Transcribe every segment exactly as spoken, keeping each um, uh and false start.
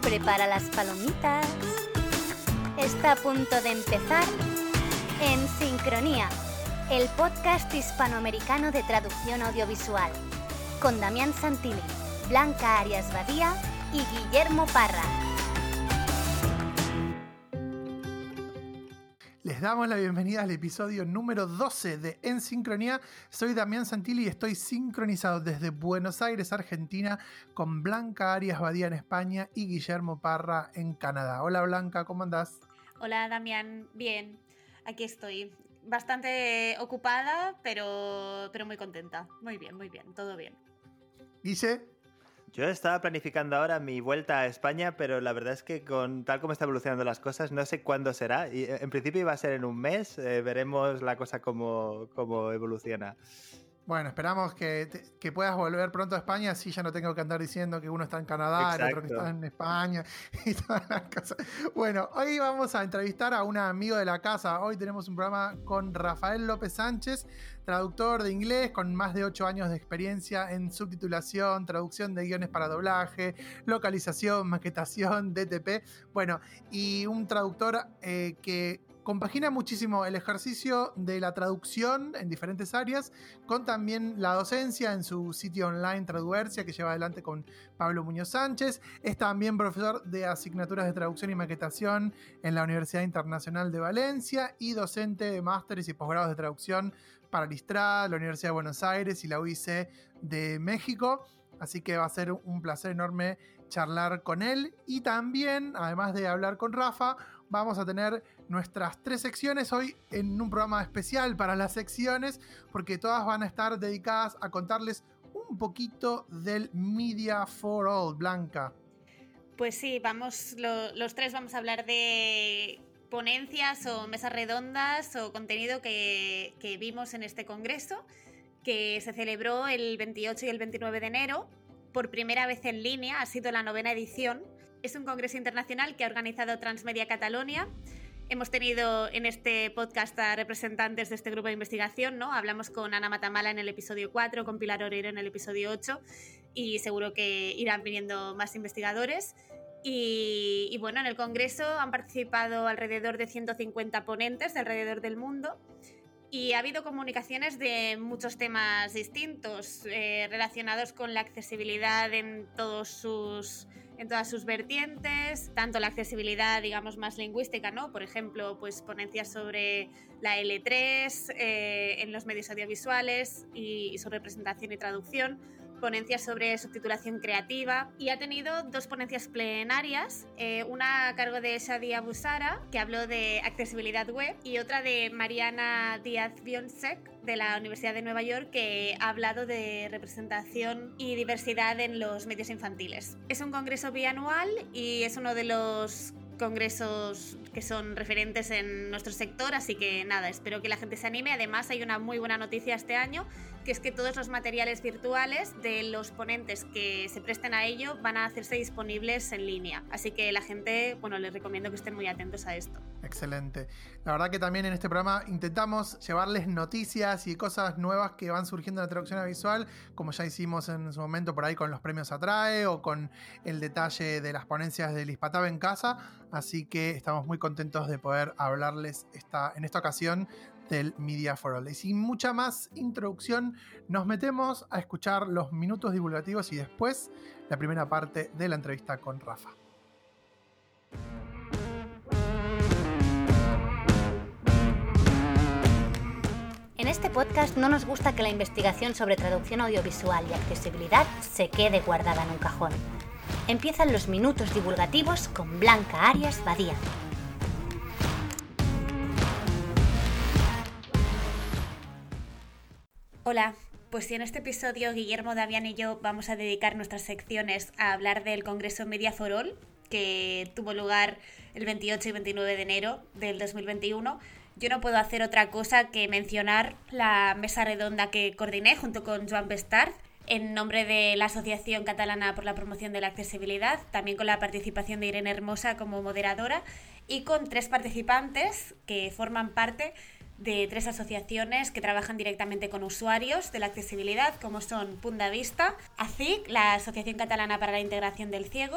Prepara las palomitas. Está a punto de empezar En Sincronía, el podcast hispanoamericano de traducción audiovisual, con Damián Santilli, Blanca Arias Badía y Guillermo Parra. Les damos la bienvenida al episodio número doce de En Sincronía. Soy Damián Santilli y estoy sincronizado desde Buenos Aires, Argentina, con Blanca Arias Badía en España y Guillermo Parra en Canadá. Hola Blanca, ¿cómo andás? Hola Damián, bien, aquí estoy. Bastante ocupada, pero, pero muy contenta. Muy bien, muy bien, todo bien. Guille. Yo estaba planificando ahora mi vuelta a España, pero la verdad es que con tal como están evolucionando las cosas, no sé cuándo será. Y en principio iba a ser en un mes, eh, veremos la cosa cómo, cómo evoluciona. Bueno, esperamos que, te, que puedas volver pronto a España, así ya no tengo que andar diciendo que uno está en Canadá, Exacto. el otro que está en España y todas las cosas. Bueno, hoy vamos a entrevistar a un amigo de la casa. Hoy tenemos un programa con Rafael López Sánchez, traductor de inglés con más de ocho años de experiencia en subtitulación, traducción de guiones para doblaje, localización, maquetación, D T P. Bueno, y un traductor eh, que compagina muchísimo el ejercicio de la traducción en diferentes áreas con también la docencia en su sitio online Traduercia, que lleva adelante con Pablo Muñoz Sánchez. Es también profesor de asignaturas de traducción y maquetación en la Universidad Internacional de Valencia y docente de másteres y posgrados de traducción para el ISTRAD, la Universidad de Buenos Aires y la U I C de México. Así que va a ser un placer enorme charlar con él. Y también, además de hablar con Rafa, vamos a tener nuestras tres secciones hoy en un programa especial para las secciones, porque todas van a estar dedicadas a contarles un poquito del Media for All, Blanca. Pues sí, vamos, lo, los tres vamos a hablar de ponencias o mesas redondas o contenido que, que vimos en este congreso, que se celebró el veintiocho y el veintinueve de enero, por primera vez en línea, ha sido la novena edición. Es un congreso internacional que ha organizado Transmedia Catalonia. Hemos tenido en este podcast a representantes de este grupo de investigación, ¿no? Hablamos con Ana Matamala en el episodio cuatro, con Pilar Oreiro en el episodio ocho y seguro que irán viniendo más investigadores. Y, y bueno, en el congreso han participado alrededor de ciento cincuenta ponentes de alrededor del mundo. Y ha habido comunicaciones de muchos temas distintos eh, relacionados con la accesibilidad en, todos sus, en todas sus vertientes, tanto la accesibilidad, digamos, más lingüística, ¿no? Por ejemplo, pues ponencias sobre la L tres eh, en los medios audiovisuales y, y su representación y traducción, ponencias sobre subtitulación creativa, y ha tenido dos ponencias plenarias, eh, una a cargo de Shadia Busara, que habló de accesibilidad web, y otra de Mariana Díaz-Bionsek, de la Universidad de Nueva York, que ha hablado de representación y diversidad en los medios infantiles. Es un congreso bianual y es uno de los congresos que son referentes en nuestro sector, así que nada, espero que la gente se anime. Además, hay una muy buena noticia este año, que es que todos los materiales virtuales de los ponentes que se presten a ello van a hacerse disponibles en línea, así que la gente, bueno, les recomiendo que estén muy atentos a esto. Excelente. La verdad que también en este programa intentamos llevarles noticias y cosas nuevas que van surgiendo en la traducción visual, como ya hicimos en su momento por ahí con los premios Atrae o con el detalle de las ponencias del Hispatav en casa, así que estamos muy contentos de poder hablarles esta, en esta ocasión del Media for All. Y sin mucha más introducción, nos metemos a escuchar los minutos divulgativos y después la primera parte de la entrevista con Rafa. En este podcast no nos gusta que la investigación sobre traducción audiovisual y accesibilidad se quede guardada en un cajón. Empiezan los minutos divulgativos con Blanca Arias Badía. Hola, pues si en este episodio Guillermo, Damián y yo vamos a dedicar nuestras secciones a hablar del Congreso Media for All, que tuvo lugar el veintiocho y veintinueve de enero del dos mil veintiuno, yo no puedo hacer otra cosa que mencionar la mesa redonda que coordiné junto con Joan Bestard en nombre de la Asociación Catalana por la Promoción de la Accesibilidad, también con la participación de Irene Hermosa como moderadora y con tres participantes que forman parte de tres asociaciones que trabajan directamente con usuarios de la accesibilidad, como son Punta Vista, A C I C, la Asociación Catalana para la Integración del Ciego,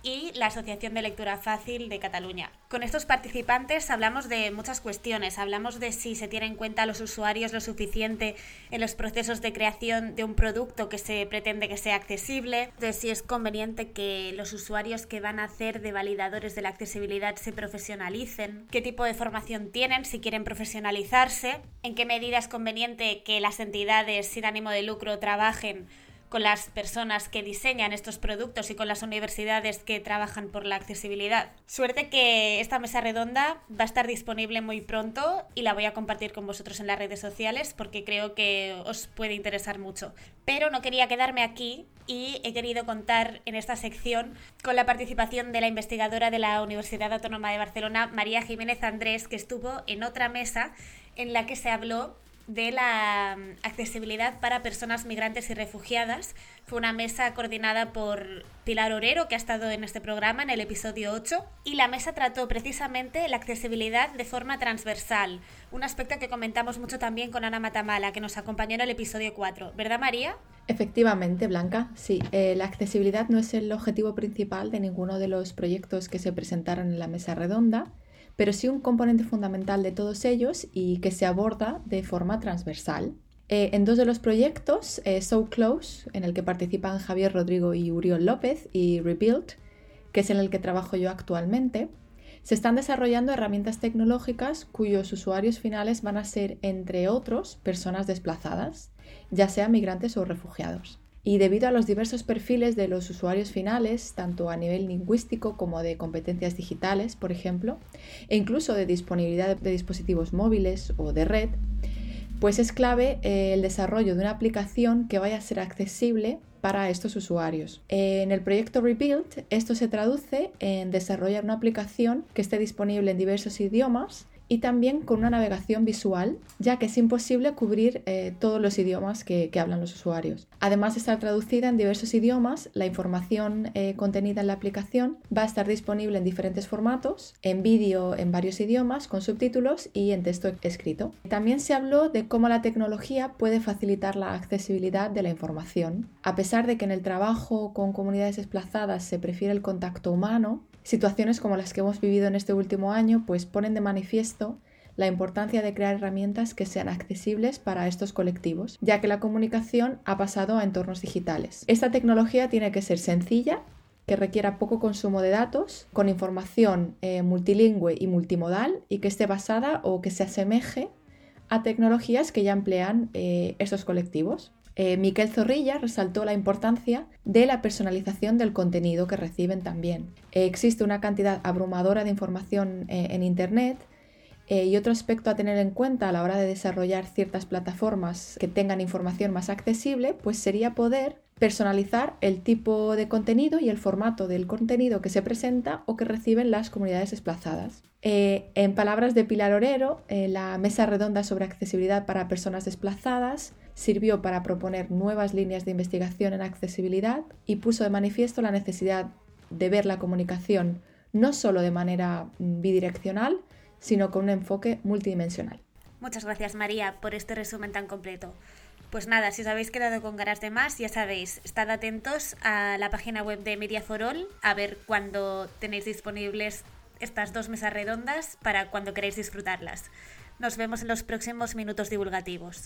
y la Asociación de Lectura Fácil de Cataluña. Con estos participantes hablamos de muchas cuestiones, hablamos de si se tiene en cuenta a los usuarios lo suficiente en los procesos de creación de un producto que se pretende que sea accesible, de si es conveniente que los usuarios que van a hacer de validadores de la accesibilidad se profesionalicen, qué tipo de formación tienen, si quieren profesionalizarse, en qué medida es conveniente que las entidades sin ánimo de lucro trabajen con las personas que diseñan estos productos y con las universidades que trabajan por la accesibilidad. Suerte que esta mesa redonda va a estar disponible muy pronto y la voy a compartir con vosotros en las redes sociales porque creo que os puede interesar mucho. Pero no quería quedarme aquí y he querido contar en esta sección con la participación de la investigadora de la Universidad Autónoma de Barcelona, María Jiménez Andrés, que estuvo en otra mesa en la que se habló de la accesibilidad para personas migrantes y refugiadas. Fue una mesa coordinada por Pilar Orero, que ha estado en este programa en el episodio ocho, y la mesa trató precisamente la accesibilidad de forma transversal, un aspecto que comentamos mucho también con Ana Matamala, que nos acompañó en el episodio cuatro. ¿Verdad, María? Efectivamente, Blanca, sí. Eh, la accesibilidad no es el objetivo principal de ninguno de los proyectos que se presentaron en la mesa redonda, pero sí un componente fundamental de todos ellos y que se aborda de forma transversal. Eh, en dos de los proyectos, eh, So Close, en el que participan Javier Rodrigo y Uriol López, y Rebuild, que es en el que trabajo yo actualmente, se están desarrollando herramientas tecnológicas cuyos usuarios finales van a ser, entre otros, personas desplazadas, ya sean migrantes o refugiados. Y debido a los diversos perfiles de los usuarios finales, tanto a nivel lingüístico como de competencias digitales, por ejemplo, e incluso de disponibilidad de dispositivos móviles o de red, pues es clave eh, el desarrollo de una aplicación que vaya a ser accesible para estos usuarios. En el proyecto Rebuild, esto se traduce en desarrollar una aplicación que esté disponible en diversos idiomas y también con una navegación visual, ya que es imposible cubrir eh, todos los idiomas que, que hablan los usuarios. Además de estar traducida en diversos idiomas, la información eh, contenida en la aplicación va a estar disponible en diferentes formatos, en vídeo en varios idiomas, con subtítulos y en texto escrito. También se habló de cómo la tecnología puede facilitar la accesibilidad de la información. A pesar de que en el trabajo con comunidades desplazadas se prefiere el contacto humano, situaciones como las que hemos vivido en este último año pues ponen de manifiesto la importancia de crear herramientas que sean accesibles para estos colectivos, ya que la comunicación ha pasado a entornos digitales. Esta tecnología tiene que ser sencilla, que requiera poco consumo de datos, con información eh, multilingüe y multimodal y que esté basada o que se asemeje a tecnologías que ya emplean eh, estos colectivos. Eh, Miquel Zorrilla resaltó la importancia de la personalización del contenido que reciben también. Eh, existe una cantidad abrumadora de información eh, en Internet eh, y otro aspecto a tener en cuenta a la hora de desarrollar ciertas plataformas que tengan información más accesible, pues sería poder personalizar el tipo de contenido y el formato del contenido que se presenta o que reciben las comunidades desplazadas. Eh, en palabras de Pilar Orero, eh, la mesa redonda sobre accesibilidad para personas desplazadas sirvió para proponer nuevas líneas de investigación en accesibilidad y puso de manifiesto la necesidad de ver la comunicación no solo de manera bidireccional, sino con un enfoque multidimensional. Muchas gracias, María, por este resumen tan completo. Pues nada, si os habéis quedado con ganas de más, ya sabéis, estad atentos a la página web de Media for All a ver cuándo tenéis disponibles estas dos mesas redondas para cuando queráis disfrutarlas. Nos vemos en los próximos minutos divulgativos.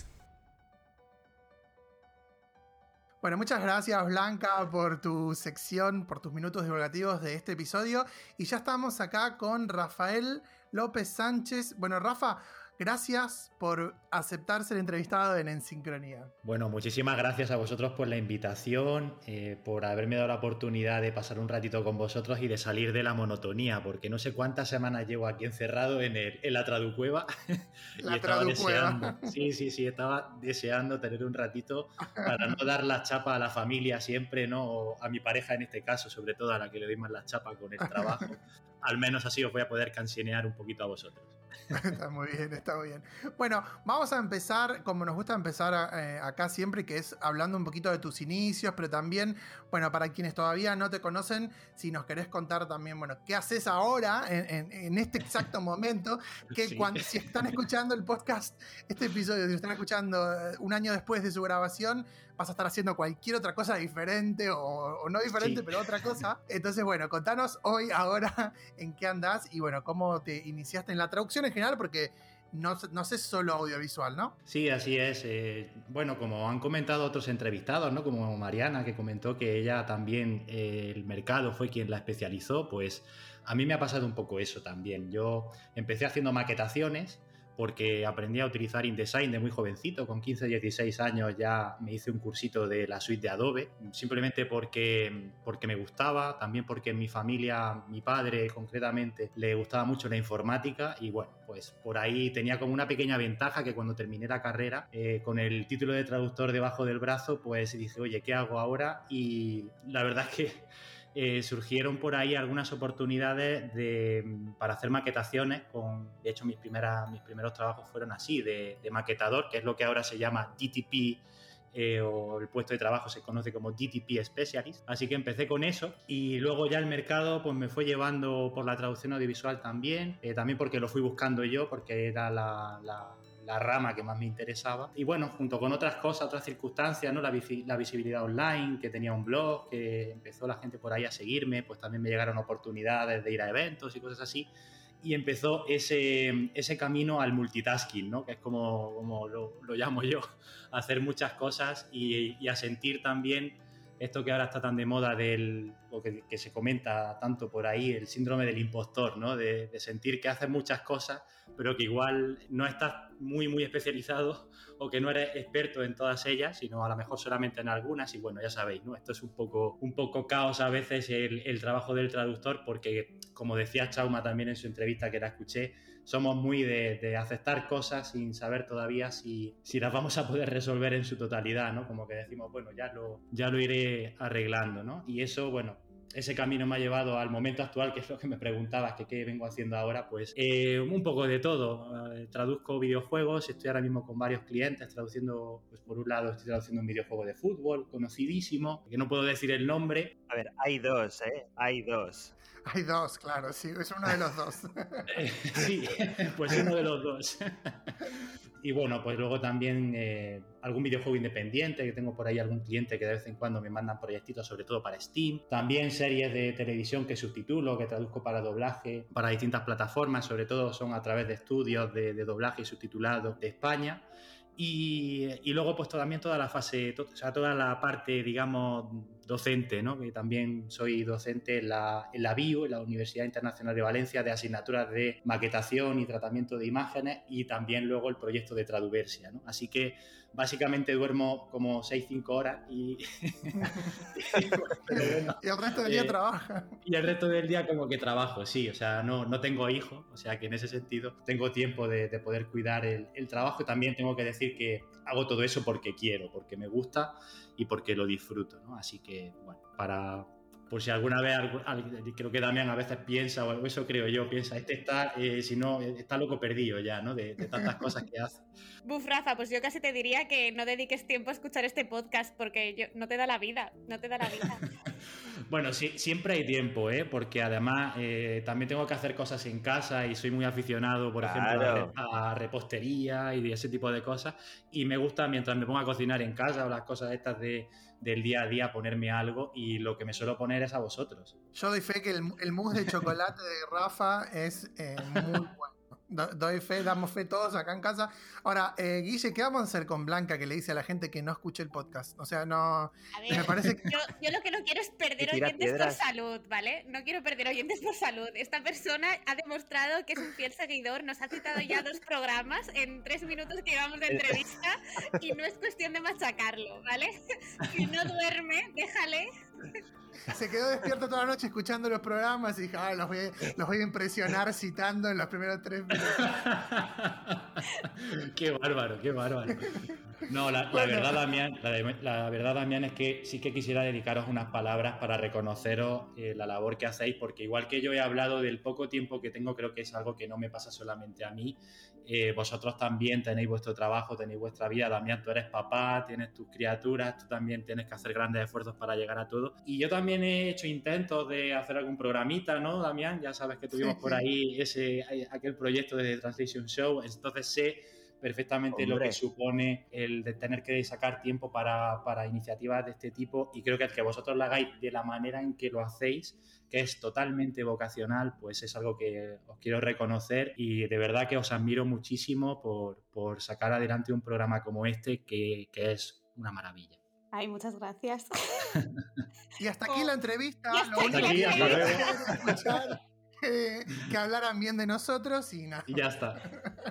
Bueno, muchas gracias, Blanca, por tu sección, por tus minutos divulgativos de este episodio. Y ya estamos acá con Rafael López Sánchez. Bueno, Rafa, gracias por aceptar ser entrevistado en En Sincronía. Bueno, muchísimas gracias a vosotros por la invitación, eh, por haberme dado la oportunidad de pasar un ratito con vosotros y de salir de la monotonía, porque no sé cuántas semanas llevo aquí encerrado en, el, en la Traducueva. La y estaba Traducueva. deseando, sí, sí, sí, estaba deseando tener un ratito para no dar la chapa a la familia siempre, ¿no? O a mi pareja en este caso, sobre todo a la que le doy más la chapa con el trabajo. Al menos así os voy a poder cansinear un poquito a vosotros. Está muy bien, está muy bien. Bueno, vamos a empezar, como nos gusta empezar eh, acá siempre, que es hablando un poquito de tus inicios, pero también, bueno, para quienes todavía no te conocen, si nos querés contar también, bueno, qué haces ahora, en, en, en este exacto momento, que sí. Cuando, si están escuchando el podcast, este episodio, si lo están escuchando un año después de su grabación, vas a estar haciendo cualquier otra cosa diferente o, o no diferente, Sí. pero otra cosa. Entonces, bueno, contanos hoy, ahora, en qué andás y, bueno, cómo te iniciaste en la traducción en general, porque no, no sé solo audiovisual, ¿no? Sí, así es. Eh, bueno, como han comentado otros entrevistados, ¿no? Como Mariana, que comentó que ella también, eh, el mercado fue quien la especializó, pues a mí me ha pasado un poco eso también. Yo empecé haciendo maquetaciones porque aprendí a utilizar InDesign de muy jovencito, con quince, dieciséis años ya me hice un cursito de la suite de Adobe, simplemente porque, porque me gustaba, también porque en mi familia, mi padre concretamente, le gustaba mucho la informática y bueno, pues por ahí tenía como una pequeña ventaja que cuando terminé la carrera, eh, con el título de traductor debajo del brazo, pues dije, oye, ¿qué hago ahora? Y la verdad es que Eh, surgieron por ahí algunas oportunidades de, para hacer maquetaciones. Con, de hecho, mis, primeras, mis primeros trabajos fueron así, de, de maquetador, que es lo que ahora se llama D T P, eh, o el puesto de trabajo se conoce como D T P Specialist. Así que empecé con eso y luego ya el mercado pues, me fue llevando por la traducción audiovisual también, eh, también porque lo fui buscando yo, porque era la... la la rama que más me interesaba. Y bueno, junto con otras cosas, otras circunstancias, ¿no? La, vis- la visibilidad online, que tenía un blog, que empezó la gente por ahí a seguirme, pues también me llegaron oportunidades de ir a eventos y cosas así. Y empezó ese, ese camino al multitasking, ¿no? Que es como, como lo, lo llamo yo, a hacer muchas cosas y, y a sentir también esto que ahora está tan de moda, del, o que, que se comenta tanto por ahí, el síndrome del impostor, ¿no? De, de sentir que haces muchas cosas, pero que igual no estás muy, muy especializado o que no eres experto en todas ellas, sino a lo mejor solamente en algunas. Y bueno, ya sabéis, ¿no? Esto es un poco, un poco caos a veces el, el trabajo del traductor, porque, como decía Chauma también en su entrevista que la escuché, somos muy de, de aceptar cosas sin saber todavía si, si las vamos a poder resolver en su totalidad, ¿no? Como que decimos, bueno, ya lo, ya lo iré arreglando, ¿no? Y eso, bueno, ese camino me ha llevado al momento actual, que es lo que me preguntabas, que qué vengo haciendo ahora, pues eh, un poco de todo. Eh, traduzco videojuegos, estoy ahora mismo con varios clientes traduciendo, pues por un lado estoy traduciendo un videojuego de fútbol conocidísimo, que no puedo decir el nombre. A ver, hay dos, ¿eh? Hay dos. Hay dos, claro, sí, es uno de los dos. Eh, sí, pues uno de los dos. Y bueno, pues luego también eh, algún videojuego independiente, que tengo por ahí algún cliente que de vez en cuando me mandan proyectitos, sobre todo para Steam. También series de televisión que subtitulo, que traduzco para doblaje, para distintas plataformas, sobre todo son a través de estudios de, de doblaje y subtitulado de España. Y, y luego pues también toda la fase, to, o sea, toda la parte, digamos, docente, ¿no? Que también soy docente en la, en la B I U, en la Universidad Internacional de Valencia, de asignaturas de maquetación y tratamiento de imágenes, y también luego el proyecto de Traduversia, ¿no? Así que básicamente duermo como seis cinco horas y, bueno, y el resto del día eh, trabaja. Y el resto del día como que trabajo, sí, o sea, no, no tengo hijos, o sea que en ese sentido tengo tiempo de, de poder cuidar el, el trabajo. Y también tengo que decir que hago todo eso porque quiero, porque me gusta y porque lo disfruto, ¿no? Así que, bueno, para... por si alguna vez, creo que Damián a veces piensa, o eso creo yo, piensa, este está, eh, si no, está loco perdido ya, ¿no? De, de tantas cosas que hace. Buf, Rafa, pues yo casi te diría que no dediques tiempo a escuchar este podcast porque yo, no te da la vida, no te da la vida. Bueno, sí, siempre hay tiempo, ¿eh? Porque además eh, también tengo que hacer cosas en casa y soy muy aficionado, por claro. ejemplo, a, a repostería y de ese tipo de cosas. Y me gusta, mientras me pongo a cocinar en casa o las cosas estas de, del día a día, ponerme algo, y lo que me suelo poner es a vosotros. Yo doy fe que el, el mousse de chocolate de Rafa es eh, muy bueno. Do, doy fe, damos fe todos acá en casa. Ahora, eh, Guille, ¿qué vamos a hacer con Blanca que le dice a la gente que no escuche el podcast? O sea, no... A ver, me parece que... yo, yo lo que no quiero es perder oyentes piedras. por salud, ¿vale? No quiero perder oyentes por salud. Esta persona ha demostrado que es un fiel seguidor, nos ha citado ya dos programas en tres minutos que llevamos de entrevista y no es cuestión de machacarlo, ¿vale? Si no duerme, déjale... Se quedó despierto toda la noche escuchando los programas y dije, ah, los, voy a, los voy a impresionar citando en los primeros tres minutos. Qué bárbaro, qué bárbaro. No, la, la, bueno. verdad, Damián, la, la verdad, Damián, es que sí que quisiera dedicaros unas palabras para reconoceros eh, la labor que hacéis, porque igual que yo he hablado del poco tiempo que tengo, creo que es algo que no me pasa solamente a mí. Eh, vosotros también tenéis vuestro trabajo, tenéis vuestra vida. Damián, tú eres papá, tienes tus criaturas, tú también tienes que hacer grandes esfuerzos para llegar a todo. Y yo también he hecho intentos de hacer algún programita, ¿no, Damián? Ya sabes que tuvimos sí, por ahí ese, aquel proyecto de The Translation Show, entonces sé perfectamente Hombre. lo que supone el de tener que sacar tiempo para, para iniciativas de este tipo, y creo que el que vosotros lo hagáis de la manera en que lo hacéis, que es totalmente vocacional, pues es algo que os quiero reconocer, y de verdad que os admiro muchísimo por, por sacar adelante un programa como este que, que es una maravilla. Ay, muchas gracias. Y hasta aquí Oh, la entrevista. y hasta Lo único aquí, que hasta quería luego. era escuchar que, que hablaran bien de nosotros y nada. Y ya está.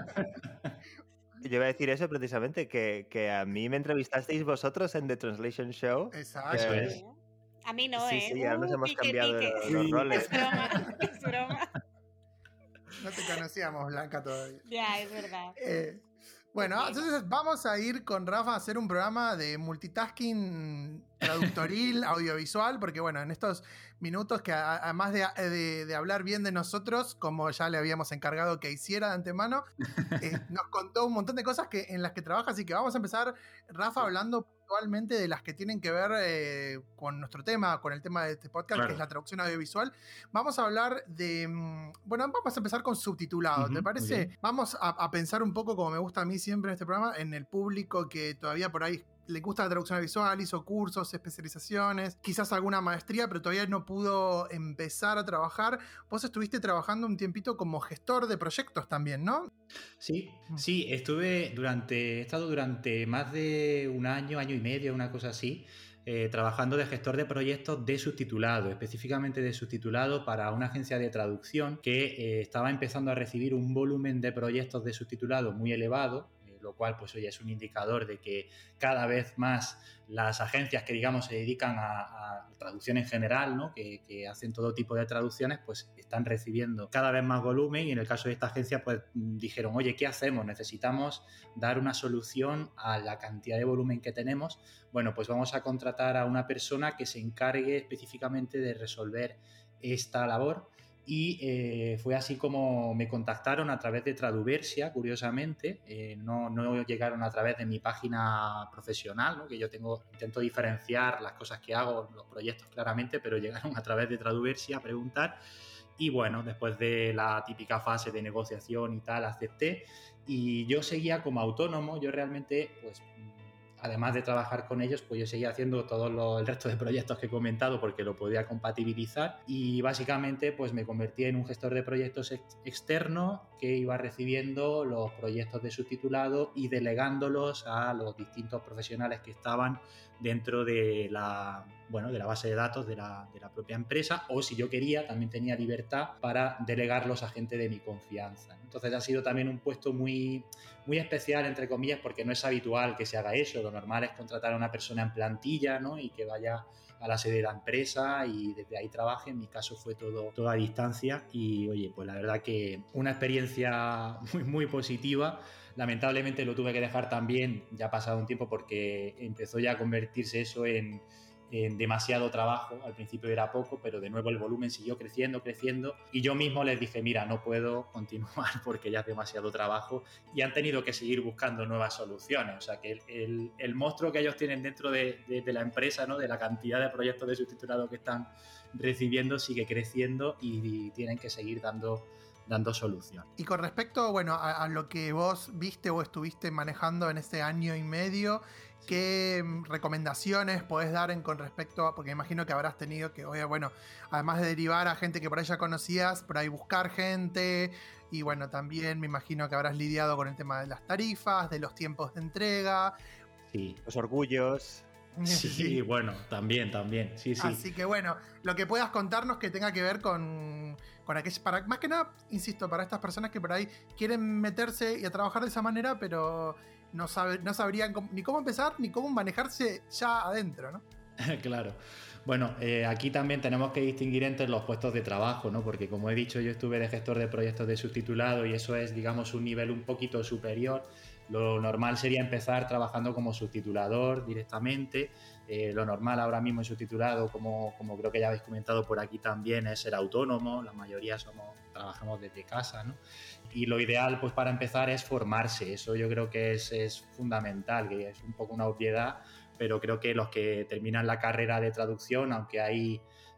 Yo iba a decir eso precisamente, que, que a mí me entrevistasteis vosotros en The Translation Show. Exacto. Eso es. A mí no, Sí, ¿eh? sí, ahora nos Uh, hemos pique, cambiado pique. los, los Sí. roles. Es broma, es broma. No te conocíamos, Blanca, todavía. Ya, es verdad. Eh, bueno, Ok. entonces vamos a ir con Rafa a hacer un programa de multitasking traductoril, audiovisual, porque bueno, en estos minutos que a- además de, de- de hablar bien de nosotros, como ya le habíamos encargado que hiciera de antemano, eh, nos contó un montón de cosas que, en las que trabaja, así que vamos a empezar, Rafa, hablando puntualmente de las que tienen que ver eh, con nuestro tema, con el tema de este podcast, Claro. que es la traducción audiovisual. Vamos a hablar de, mm, bueno, vamos a empezar con subtitulado, Ujú, ¿te muy parece? bien. Vamos a, a pensar un poco, como me gusta a mí siempre en este programa, en el público que todavía por ahí le gusta la traducción visual, hizo cursos, especializaciones, quizás alguna maestría, pero todavía no pudo empezar a trabajar. Vos estuviste trabajando un tiempito como gestor de proyectos también, ¿no? Sí, sí, estuve durante, he estado durante más de un año, año y medio, una cosa así, eh, trabajando de gestor de proyectos de subtitulado, específicamente de subtitulado para una agencia de traducción que eh, estaba empezando a recibir un volumen de proyectos de subtitulado muy elevado, eh, lo cual, pues, oye, es un indicador de que cada vez más las agencias que, digamos, se dedican a, a traducción en general, ¿no? que, que hacen todo tipo de traducciones, pues están recibiendo cada vez más volumen, y en el caso de esta agencia, pues dijeron, oye, ¿qué hacemos? Necesitamos dar una solución a la cantidad de volumen que tenemos. Bueno, pues vamos a contratar a una persona que se encargue específicamente de resolver esta labor. Y eh, fue así como me contactaron a través de Traduversia, curiosamente. Eh, no, no llegaron a través de mi página profesional, ¿no? Que yo tengo, intento diferenciar las cosas que hago, los proyectos claramente, pero llegaron a través de Traduversia a preguntar. Y bueno, después de la típica fase de negociación y tal, acepté. Y yo seguía como autónomo. Yo realmente, pues, además de trabajar con ellos, pues yo seguía haciendo todo lo, el resto de proyectos que he comentado porque lo podía compatibilizar, y básicamente pues me convertí en un gestor de proyectos ex externo que iba recibiendo los proyectos de subtitulado y delegándolos a los distintos profesionales que estaban dentro de la, bueno, de la base de datos de la, de la propia empresa, o si yo quería también tenía libertad para delegarlos a gente de mi confianza. Entonces ha sido también un puesto muy, muy especial, entre comillas, porque no es habitual que se haga eso. Lo normal es contratar a una persona en plantilla, ¿no? Y que vaya a la sede de la empresa y desde ahí trabaje. En mi caso fue todo, todo a distancia, y oye, pues la verdad que una experiencia muy, muy positiva. Lamentablemente lo tuve que dejar también, ya ha pasado un tiempo, porque empezó ya a convertirse eso en, en demasiado trabajo. Al principio era poco, pero de nuevo el volumen siguió creciendo, creciendo, y yo mismo les dije, mira, no puedo continuar porque ya es demasiado trabajo, y han tenido que seguir buscando nuevas soluciones. O sea que el, el, el monstruo que ellos tienen dentro de, de, de la empresa, ¿no? De la cantidad de proyectos de subtitulado que están recibiendo, sigue creciendo, y, y tienen que seguir dando dando solución. Y con respecto, bueno, a, a lo que vos viste o estuviste manejando en este año y medio, ¿qué recomendaciones podés dar en, con respecto a, porque imagino que habrás tenido que, oye, bueno, además de derivar a gente que por ahí ya conocías, por ahí buscar gente, y bueno, también me imagino que habrás lidiado con el tema de las tarifas, de los tiempos de entrega. Sí. Los orgullos. Sí, sí, bueno, también, también, sí, sí. Así que bueno, lo que puedas contarnos que tenga que ver con, con aquellas, para, más que nada, insisto, para estas personas que por ahí quieren meterse y a trabajar de esa manera, pero no, sabe, no sabrían cómo, ni cómo empezar, ni cómo manejarse ya adentro, ¿no? Claro. Bueno, eh, aquí también tenemos que distinguir entre los puestos de trabajo, ¿no? Porque como he dicho, yo estuve de gestor de proyectos de subtitulado, y eso es, digamos, un nivel un poquito superior. Lo normal sería empezar trabajando como subtitulador directamente. Eh, lo normal ahora mismo en subtitulado, como, como creo que ya habéis comentado por aquí también, es ser autónomo. La mayoría somos, trabajamos desde casa, ¿no? Y lo ideal, pues, para empezar es formarse. Eso yo creo que es, es fundamental, que es un poco una obviedad, pero creo que los que terminan la carrera de traducción, aunque hay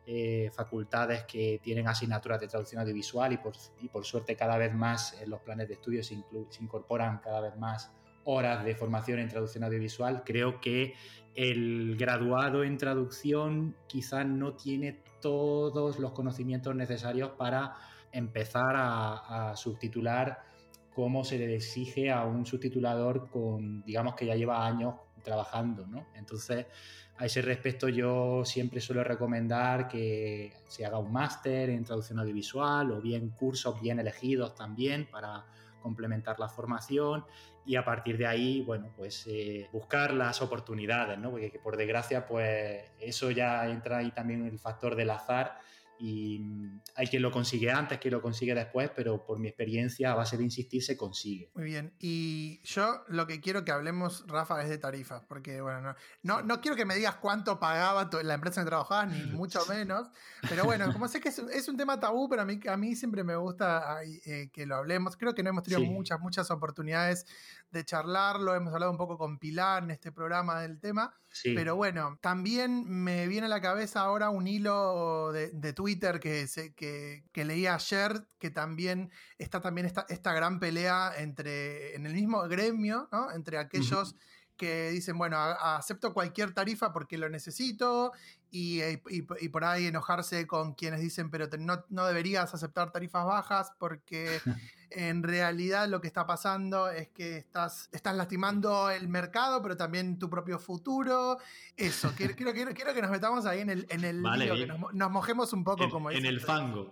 eh, facultades que tienen asignaturas de traducción audiovisual y por, y por suerte cada vez más en los planes de estudio se, inclu- se incorporan cada vez más horas de formación en traducción audiovisual. Creo que el graduado en traducción quizás no tiene todos los conocimientos necesarios para empezar a, a subtitular como se le exige a un subtitulador con, digamos, que ya lleva años trabajando, ¿no? Entonces, a ese respecto yo siempre suelo recomendar que se haga un máster en traducción audiovisual o bien cursos bien elegidos también para complementar la formación y a partir de ahí, bueno, pues eh, buscar las oportunidades, ¿no? Porque por desgracia, pues eso ya entra ahí también el factor del azar y hay quien lo consigue antes, quien lo consigue después, pero por mi experiencia, a base de insistir, se consigue. Muy bien, y yo lo que quiero que hablemos, Rafa, es de tarifas, porque bueno, no, no, no quiero que me digas cuánto pagaba tu, la empresa en que trabajabas, ni mucho menos, pero bueno, como sé que es, es un tema tabú, pero a mí, a mí siempre me gusta eh, que lo hablemos. Creo que no hemos tenido sí. muchas, muchas oportunidades de charlarlo, hemos hablado un poco con Pilar en este programa del tema, sí. pero bueno, también me viene a la cabeza ahora un hilo de, de Twitter que, se, que, que leí ayer, que también está también esta, esta gran pelea entre, en el mismo gremio, ¿no? Entre aquellos uh-huh. que dicen, bueno, a, acepto cualquier tarifa porque lo necesito, y, y, y por ahí enojarse con quienes dicen, pero te, no, no deberías aceptar tarifas bajas porque en realidad lo que está pasando es que estás, estás lastimando el mercado, pero también tu propio futuro. Eso, quiero, quiero, quiero, quiero que nos metamos ahí en el, en el vale, lío, que nos, nos mojemos un poco. En, como en el fango.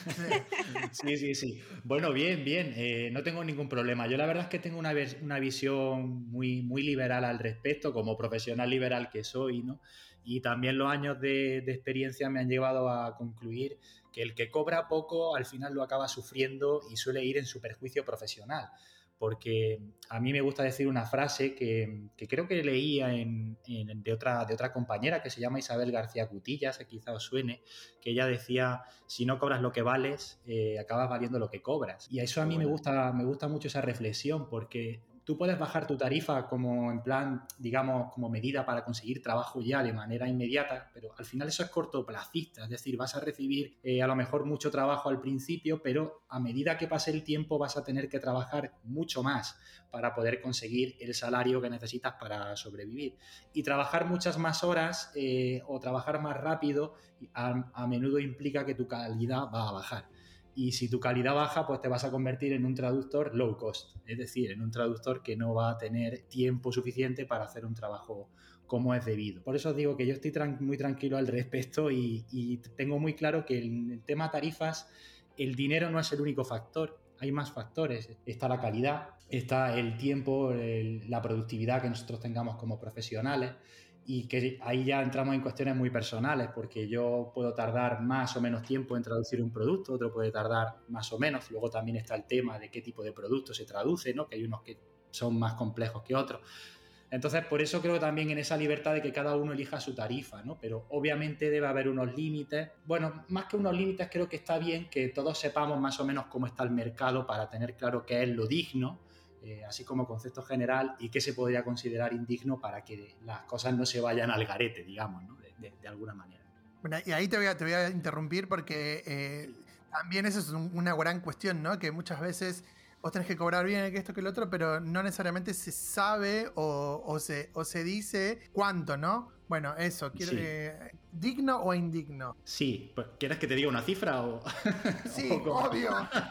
Sí. sí, sí, sí. Bueno, bien, bien, eh, no tengo ningún problema. Yo la verdad es que tengo una, una visión muy, muy liberal al respecto, como profesional liberal que soy, ¿no? Y también los años de, de experiencia me han llevado a concluir que el que cobra poco al final lo acaba sufriendo y suele ir en su perjuicio profesional. Porque a mí me gusta decir una frase que, que creo que leía en, en, de, otra, de otra compañera que se llama Isabel García Cutillas, que quizá os suene, que ella decía, si no cobras lo que vales, eh, acabas valiendo lo que cobras. Y a eso a mí me gusta, me gusta mucho esa reflexión, porque tú puedes bajar tu tarifa como en plan, digamos, como medida para conseguir trabajo ya de manera inmediata, pero al final eso es cortoplacista, es decir, vas a recibir eh, a lo mejor mucho trabajo al principio, pero a medida que pase el tiempo vas a tener que trabajar mucho más para poder conseguir el salario que necesitas para sobrevivir. Y trabajar muchas más horas eh, o trabajar más rápido a, a menudo implica que tu calidad va a bajar. Y si tu calidad baja, pues te vas a convertir en un traductor low cost, es decir, en un traductor que no va a tener tiempo suficiente para hacer un trabajo como es debido. Por eso os digo que yo estoy tran- muy tranquilo al respecto y, y tengo muy claro que en el tema tarifas el dinero no es el único factor, hay más factores. Está la calidad, está el tiempo, el, la productividad que nosotros tengamos como profesionales, y que ahí ya entramos en cuestiones muy personales, porque yo puedo tardar más o menos tiempo en traducir un producto, otro puede tardar más o menos. Luego también está el tema de qué tipo de producto se traduce, ¿no? Que hay unos que son más complejos que otros. Entonces, por eso creo también en esa libertad de que cada uno elija su tarifa, ¿no? Pero obviamente debe haber unos límites. Bueno, más que unos límites, creo que está bien que todos sepamos más o menos cómo está el mercado para tener claro qué es lo digno, Eh, así como concepto general, y qué se podría considerar indigno para que las cosas no se vayan al garete, digamos, ¿no? de, de, de alguna manera. Bueno, y ahí te voy a, te voy a interrumpir porque eh, también eso es un, una gran cuestión, ¿no? Que muchas veces vos tenés que cobrar bien que esto que el otro, pero no necesariamente se sabe o, o, se, o se dice cuánto, ¿no? Bueno, eso, quiero, sí. eh, ¿digno o indigno? Sí, pues, ¿quieres que te diga una cifra o...? Sí, obvio,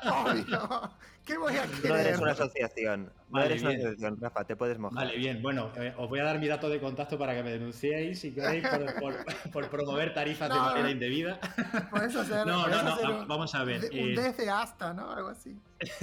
obvio. ¿Qué voy a querer? No eres una asociación, no vale, eres bien. una asociación, Rafa, te puedes mojar. Vale, bien, bueno, eh, os voy a dar mi dato de contacto para que me denunciéis si queréis por, por, por promover tarifas no, de manera indebida. Puedes hacer, no, puedes no, no, hacer no un, vamos a ver. Un eh, desde hasta, ¿no? Algo así.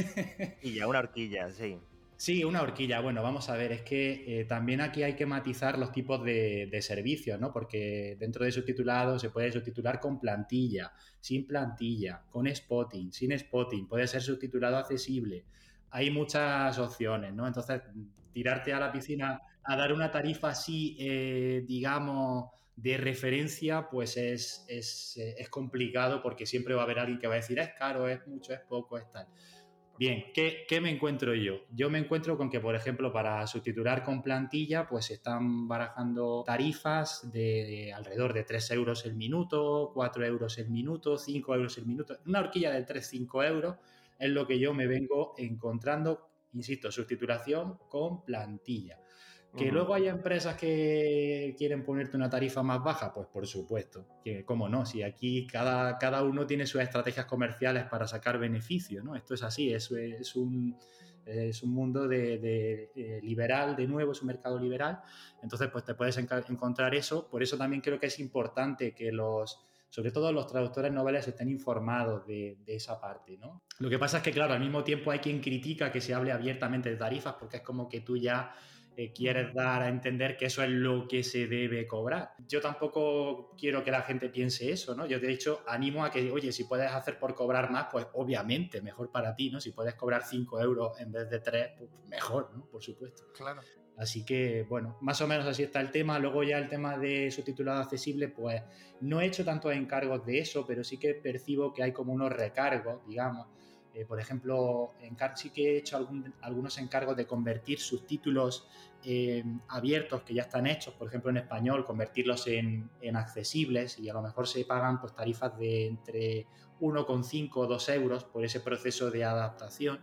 Y ya, una horquilla, sí. Sí, una horquilla. Bueno, vamos a ver, es que eh, también aquí hay que matizar los tipos de, de servicios, ¿no? Porque dentro de subtitulado se puede subtitular con plantilla, sin plantilla, con spotting, sin spotting, puede ser subtitulado accesible. Hay muchas opciones, ¿no? Entonces, tirarte a la piscina a dar una tarifa así, eh, digamos, de referencia, pues es, es, es complicado, porque siempre va a haber alguien que va a decir es caro, es mucho, es poco, es tal. Bien, ¿qué, ¿qué me encuentro yo? Yo me encuentro con que, por ejemplo, para subtitular con plantilla, pues se están barajando tarifas de, de alrededor de tres euros el minuto, cuatro euros el minuto, cinco euros el minuto. Una horquilla de tres a cinco euros es lo que yo me vengo encontrando, insisto, subtitulación con plantilla. ¿Que uh-huh. luego hay empresas que quieren ponerte una tarifa más baja? Pues por supuesto, que cómo no, si aquí cada, cada uno tiene sus estrategias comerciales para sacar beneficio, ¿no? Esto es así, es, es, un, es un mundo de, de, de liberal, de nuevo, es un mercado liberal, entonces pues te puedes enca- encontrar eso, por eso también creo que es importante que los... sobre todo los traductores noveles estén informados de, de esa parte, ¿no? Lo que pasa es que, claro, al mismo tiempo hay quien critica que se hable abiertamente de tarifas porque es como que tú ya eh, quieres dar a entender que eso es lo que se debe cobrar. Yo tampoco quiero que la gente piense eso, ¿no? Yo, de hecho, animo a que, oye, si puedes hacer por cobrar más, pues obviamente, mejor para ti, ¿no? Si puedes cobrar cinco euros en vez de tres, pues mejor, ¿no? Por supuesto. Claro. Así que, bueno, más o menos así está el tema. Luego ya el tema de subtitulado accesible, pues no he hecho tantos encargos de eso, pero sí que percibo que hay como unos recargos, digamos. Eh, por ejemplo, encar- sí que he hecho algún, algunos encargos de convertir subtítulos eh, abiertos que ya están hechos, por ejemplo en español, convertirlos en, en accesibles, y a lo mejor se pagan pues tarifas de entre uno coma cinco o dos euros por ese proceso de adaptación.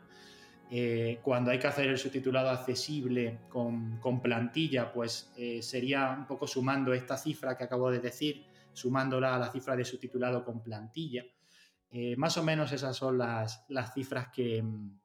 Eh, cuando hay que hacer el subtitulado accesible con, con plantilla, pues eh, sería un poco sumando esta cifra que acabo de decir, sumándola a la cifra de subtitulado con plantilla. Eh, más o menos esas son las, las cifras que,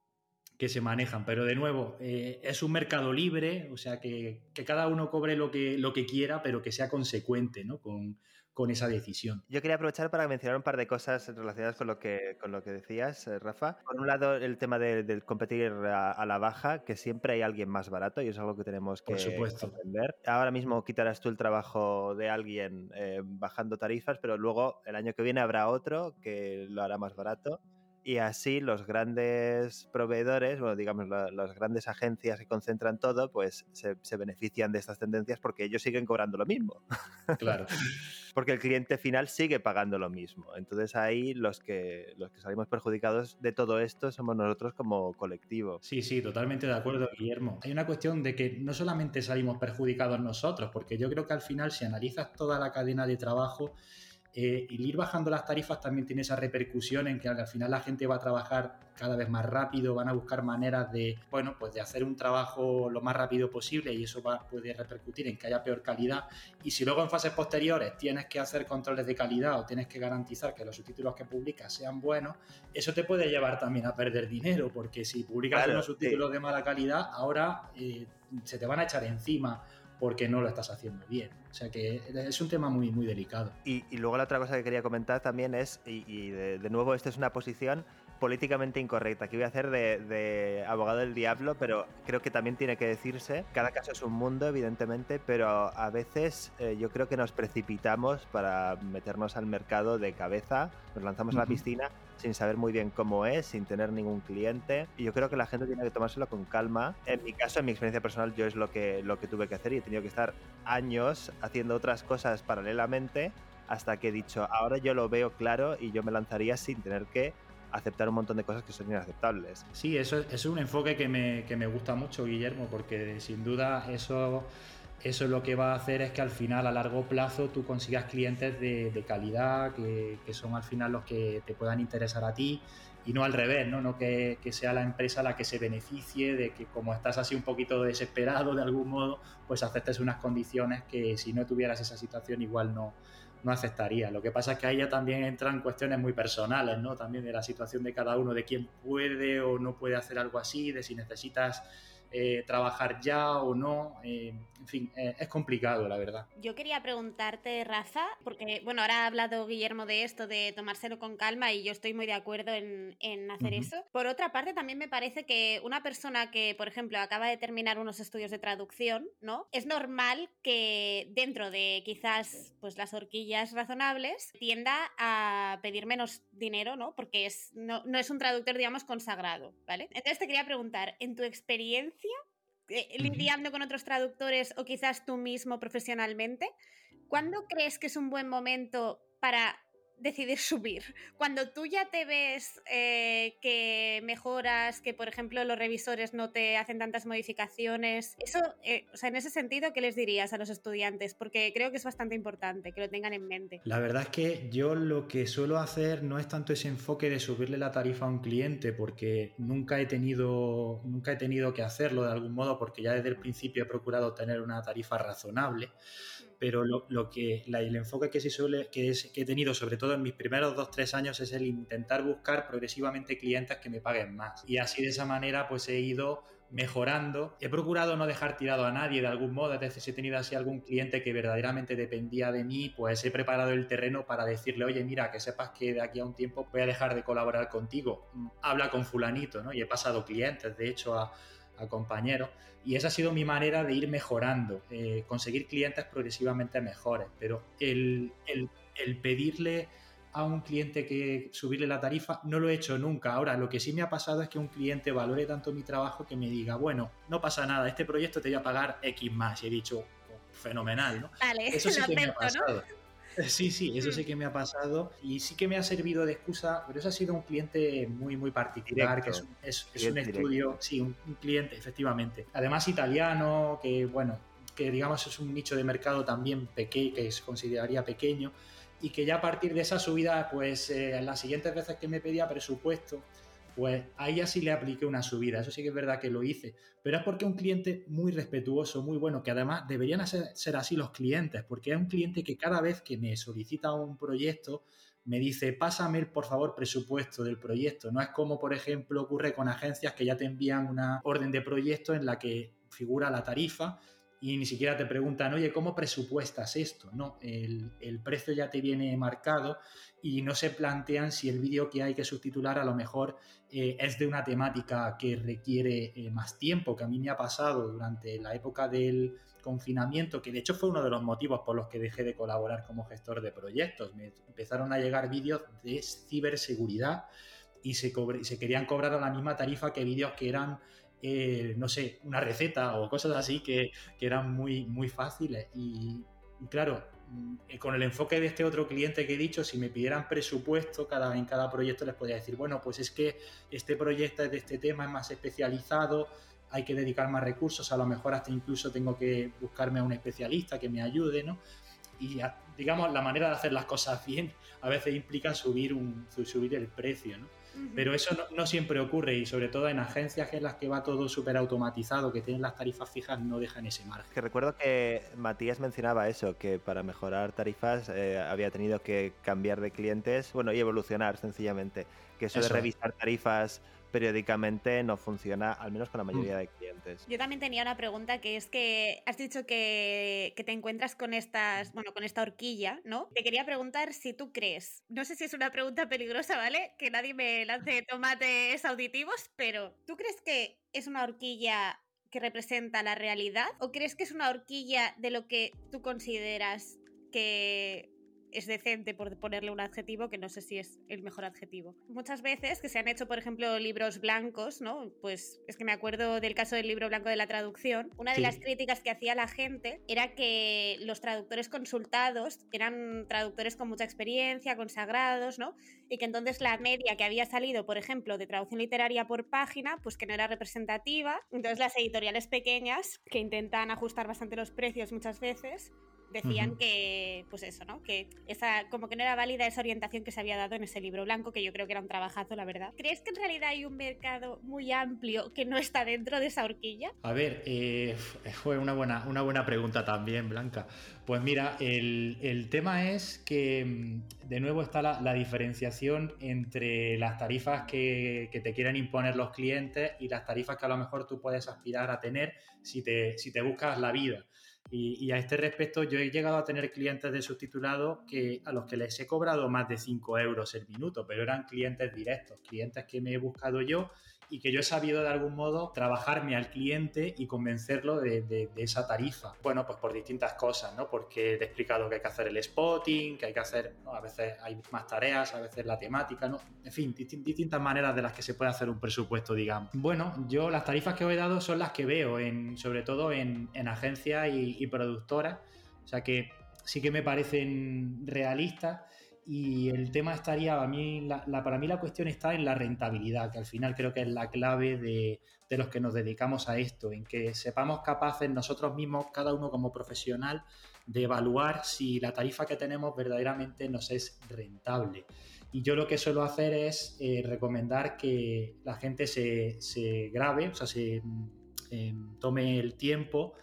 que se manejan, pero de nuevo, eh, es un mercado libre, o sea que, que cada uno cobre lo que, lo que quiera, pero que sea consecuente, ¿no? con, con esa decisión. Yo quería aprovechar para mencionar un par de cosas relacionadas con lo que, con lo que decías, eh, Rafa. Por un lado, el tema de, de competir a, a la baja, que siempre hay alguien más barato y es algo que tenemos que comprender. Ahora mismo quitarás tú el trabajo de alguien eh, bajando tarifas, pero luego el año que viene habrá otro que lo hará más barato. Y así los grandes proveedores, bueno, digamos, la, las grandes agencias que concentran todo, pues se, se benefician de estas tendencias porque ellos siguen cobrando lo mismo. Claro. Porque el cliente final sigue pagando lo mismo. Entonces ahí los que, los que salimos perjudicados de todo esto somos nosotros como colectivo. Sí, sí, totalmente de acuerdo, Guillermo. Hay una cuestión de que no solamente salimos perjudicados nosotros, porque yo creo que al final, si analizas toda la cadena de trabajo, Eh, el ir bajando las tarifas también tiene esa repercusión en que al final la gente va a trabajar cada vez más rápido, van a buscar maneras de, bueno, pues de hacer un trabajo lo más rápido posible y eso va, puede repercutir en que haya peor calidad. Y si luego en fases posteriores tienes que hacer controles de calidad o tienes que garantizar que los subtítulos que publicas sean buenos, eso te puede llevar también a perder dinero, porque si publicas claro, unos subtítulos sí. de mala calidad, ahora eh, se te van a echar encima porque no lo estás haciendo bien. O sea que es un tema muy, muy delicado. Y, y luego la otra cosa que quería comentar también es, y, y de, de nuevo, esta es una posición políticamente incorrecta. Aquí voy a hacer de, de abogado del diablo, pero creo que también tiene que decirse. Cada caso es un mundo, evidentemente, pero a veces eh, yo creo que nos precipitamos para meternos al mercado de cabeza, nos lanzamos uh-huh. a la piscina sin saber muy bien cómo es, sin tener ningún cliente, y yo creo que la gente tiene que tomárselo con calma. En mi caso, en mi experiencia personal, yo es lo que, lo que tuve que hacer y he tenido que estar años haciendo otras cosas paralelamente hasta que he dicho, ahora yo lo veo claro y yo me lanzaría sin tener que aceptar un montón de cosas que son inaceptables. Sí, eso es, es un enfoque que me, que me gusta mucho, Guillermo, porque sin duda eso, eso lo que va a hacer es que al final, a largo plazo, tú consigas clientes de, de calidad, que, que son al final los que te puedan interesar a ti, y no al revés, no, no que, que sea la empresa la que se beneficie de que, como estás así un poquito desesperado de algún modo, pues aceptes unas condiciones que si no tuvieras esa situación igual no, no aceptaría. Lo que pasa es que ahí ya también entran cuestiones muy personales, ¿no? También de la situación de cada uno, de quién puede o no puede hacer algo así, de si necesitas eh, trabajar ya o no. Eh, en fin, eh, es complicado, la verdad. Yo quería preguntarte, Rafa, porque, bueno, ahora ha hablado Guillermo de esto, de tomárselo con calma, y yo estoy muy de acuerdo en, en hacer uh-huh. eso. Por otra parte, también me parece que una persona que, por ejemplo, acaba de terminar unos estudios de traducción, ¿no? Es normal que dentro de quizás pues las horquillas razonables tienda a pedir menos dinero, ¿no? Porque es, no, no es un traductor, digamos, consagrado, ¿vale? Entonces te quería preguntar, en tu experiencia, Eh, lidiando con otros traductores o quizás tú mismo profesionalmente, ¿cuándo crees que es un buen momento para decidir subir? Cuando tú ya te ves eh, que mejoras, que por ejemplo los revisores no te hacen tantas modificaciones, eso, eh, o sea, en ese sentido, ¿qué les dirías a los estudiantes? Porque creo que es bastante importante que lo tengan en mente. La verdad es que yo lo que suelo hacer no es tanto ese enfoque de subirle la tarifa a un cliente, porque nunca he tenido, nunca he tenido que hacerlo de algún modo, porque ya desde el principio he procurado tener una tarifa razonable. Pero lo, lo que, la, el enfoque que, sí suele, que, es, que he tenido, sobre todo en mis primeros dos tres años, es el intentar buscar progresivamente clientes que me paguen más. Y así de esa manera pues he ido mejorando. He procurado no dejar tirado a nadie de algún modo, es decir, si he tenido así algún cliente que verdaderamente dependía de mí, pues he preparado el terreno para decirle, oye, mira, que sepas que de aquí a un tiempo voy a dejar de colaborar contigo. Habla con fulanito, ¿no? Y he pasado clientes, de hecho, a, a compañeros. Y esa ha sido mi manera de ir mejorando, eh, conseguir clientes progresivamente mejores. Pero el, el, el pedirle a un cliente que subirle la tarifa no lo he hecho nunca. Ahora, lo que sí me ha pasado es que un cliente valore tanto mi trabajo que me diga, bueno, no pasa nada, este proyecto te voy a pagar X más. Y he dicho, oh, fenomenal, ¿no? Vale, eso sí que acepto, me ha pasado. ¿no? Sí, sí, eso sí que me ha pasado y sí que me ha servido de excusa, pero eso ha sido un cliente muy, muy particular, directo, que es un, es, es un estudio, sí, un, un cliente, efectivamente. Además italiano, que bueno, que digamos es un nicho de mercado también pequeño, que se consideraría pequeño, y que ya a partir de esa subida, pues eh, las siguientes veces que me pedía presupuesto, pues ahí ya sí le apliqué una subida, eso sí que es verdad que lo hice, pero es porque es un cliente muy respetuoso, muy bueno, que además deberían ser, ser así los clientes, porque es un cliente que cada vez que me solicita un proyecto me dice, pásame por favor presupuesto del proyecto. No es como, por ejemplo, ocurre con agencias que ya te envían una orden de proyecto en la que figura la tarifa y ni siquiera te preguntan, oye, ¿cómo presupuestas esto? No, el, el precio ya te viene marcado y no se plantean si el vídeo que hay que subtitular a lo mejor eh, es de una temática que requiere eh, más tiempo, que a mí me ha pasado durante la época del confinamiento, que de hecho fue uno de los motivos por los que dejé de colaborar como gestor de proyectos. Me empezaron a llegar vídeos de ciberseguridad y se, cobre, y se querían cobrar a la misma tarifa que vídeos que eran Eh, no sé, una receta o cosas así que, que eran muy, muy fáciles y, y claro, con el enfoque de este otro cliente que he dicho, si me pidieran presupuesto cada, en cada proyecto les podría decir, bueno, pues es que este proyecto es de este tema, es más especializado, hay que dedicar más recursos, a lo mejor hasta incluso tengo que buscarme a un especialista que me ayude, ¿no? Y digamos, la manera de hacer las cosas bien a veces implica subir, un, subir el precio, ¿no? Pero eso no, no siempre ocurre y sobre todo en agencias en las que va todo súper automatizado, que tienen las tarifas fijas, no dejan ese margen. Que recuerdo que Matías mencionaba eso, que para mejorar tarifas eh, había tenido que cambiar de clientes, bueno, y evolucionar sencillamente, que eso, eso de revisar es. tarifas periódicamente no funciona, al menos con la mayoría de clientes. Yo también tenía una pregunta, que es que has dicho que, que te encuentras con estas, bueno, con esta horquilla, ¿no? Te quería preguntar si tú crees, no sé si es una pregunta peligrosa, ¿vale? Que nadie me lance tomates auditivos, pero ¿tú crees que es una horquilla que representa la realidad o crees que es una horquilla de lo que tú consideras que es decente, por ponerle un adjetivo que no sé si es el mejor adjetivo? Muchas veces que se han hecho, por ejemplo, libros blancos, ¿no? Pues es que me acuerdo del caso del libro blanco de la traducción. Una de sí. las críticas que hacía la gente era que los traductores consultados eran traductores con mucha experiencia, consagrados, ¿no? Y que entonces la media que había salido, por ejemplo, de traducción literaria por página, pues que no era representativa. Entonces las editoriales pequeñas, que intentan ajustar bastante los precios muchas veces, decían uh-huh. que, pues eso, ¿no? Que esa, como que no era válida esa orientación que se había dado en ese libro blanco, que yo creo que era un trabajazo, la verdad. ¿Crees que en realidad hay un mercado muy amplio que no está dentro de esa horquilla? A ver, eh, fue una buena, una buena pregunta también, Blanca. Pues mira, el, el tema es que de nuevo está la, la diferenciación entre las tarifas que, que te quieren imponer los clientes y las tarifas que a lo mejor tú puedes aspirar a tener si te, si te buscas la vida. Y, y a este respecto yo he llegado a tener clientes de subtitulado que, a los que les he cobrado más de cinco euros el minuto, pero eran clientes directos, clientes que me he buscado yo y que yo he sabido de algún modo trabajarme al cliente y convencerlo de, de, de esa tarifa. Bueno, pues por distintas cosas, ¿no? Porque te he explicado que hay que hacer el spotting, que hay que hacer, ¿no? A veces hay más tareas, a veces la temática, ¿no? En fin, dist- distintas maneras de las que se puede hacer un presupuesto, digamos. Bueno, yo las tarifas que os he dado son las que veo, en, sobre todo en, en agencias y, y productoras, o sea que sí que me parecen realistas. y el tema estaría, a mí, la, la, para mí la cuestión está en la rentabilidad, que al final creo que es la clave de, de los que nos dedicamos a esto, en que sepamos capaces nosotros mismos, cada uno como profesional, de evaluar si la tarifa que tenemos verdaderamente nos es rentable. Y yo lo que suelo hacer es eh, recomendar que la gente se, se grabe, o sea, se eh, tome el tiempo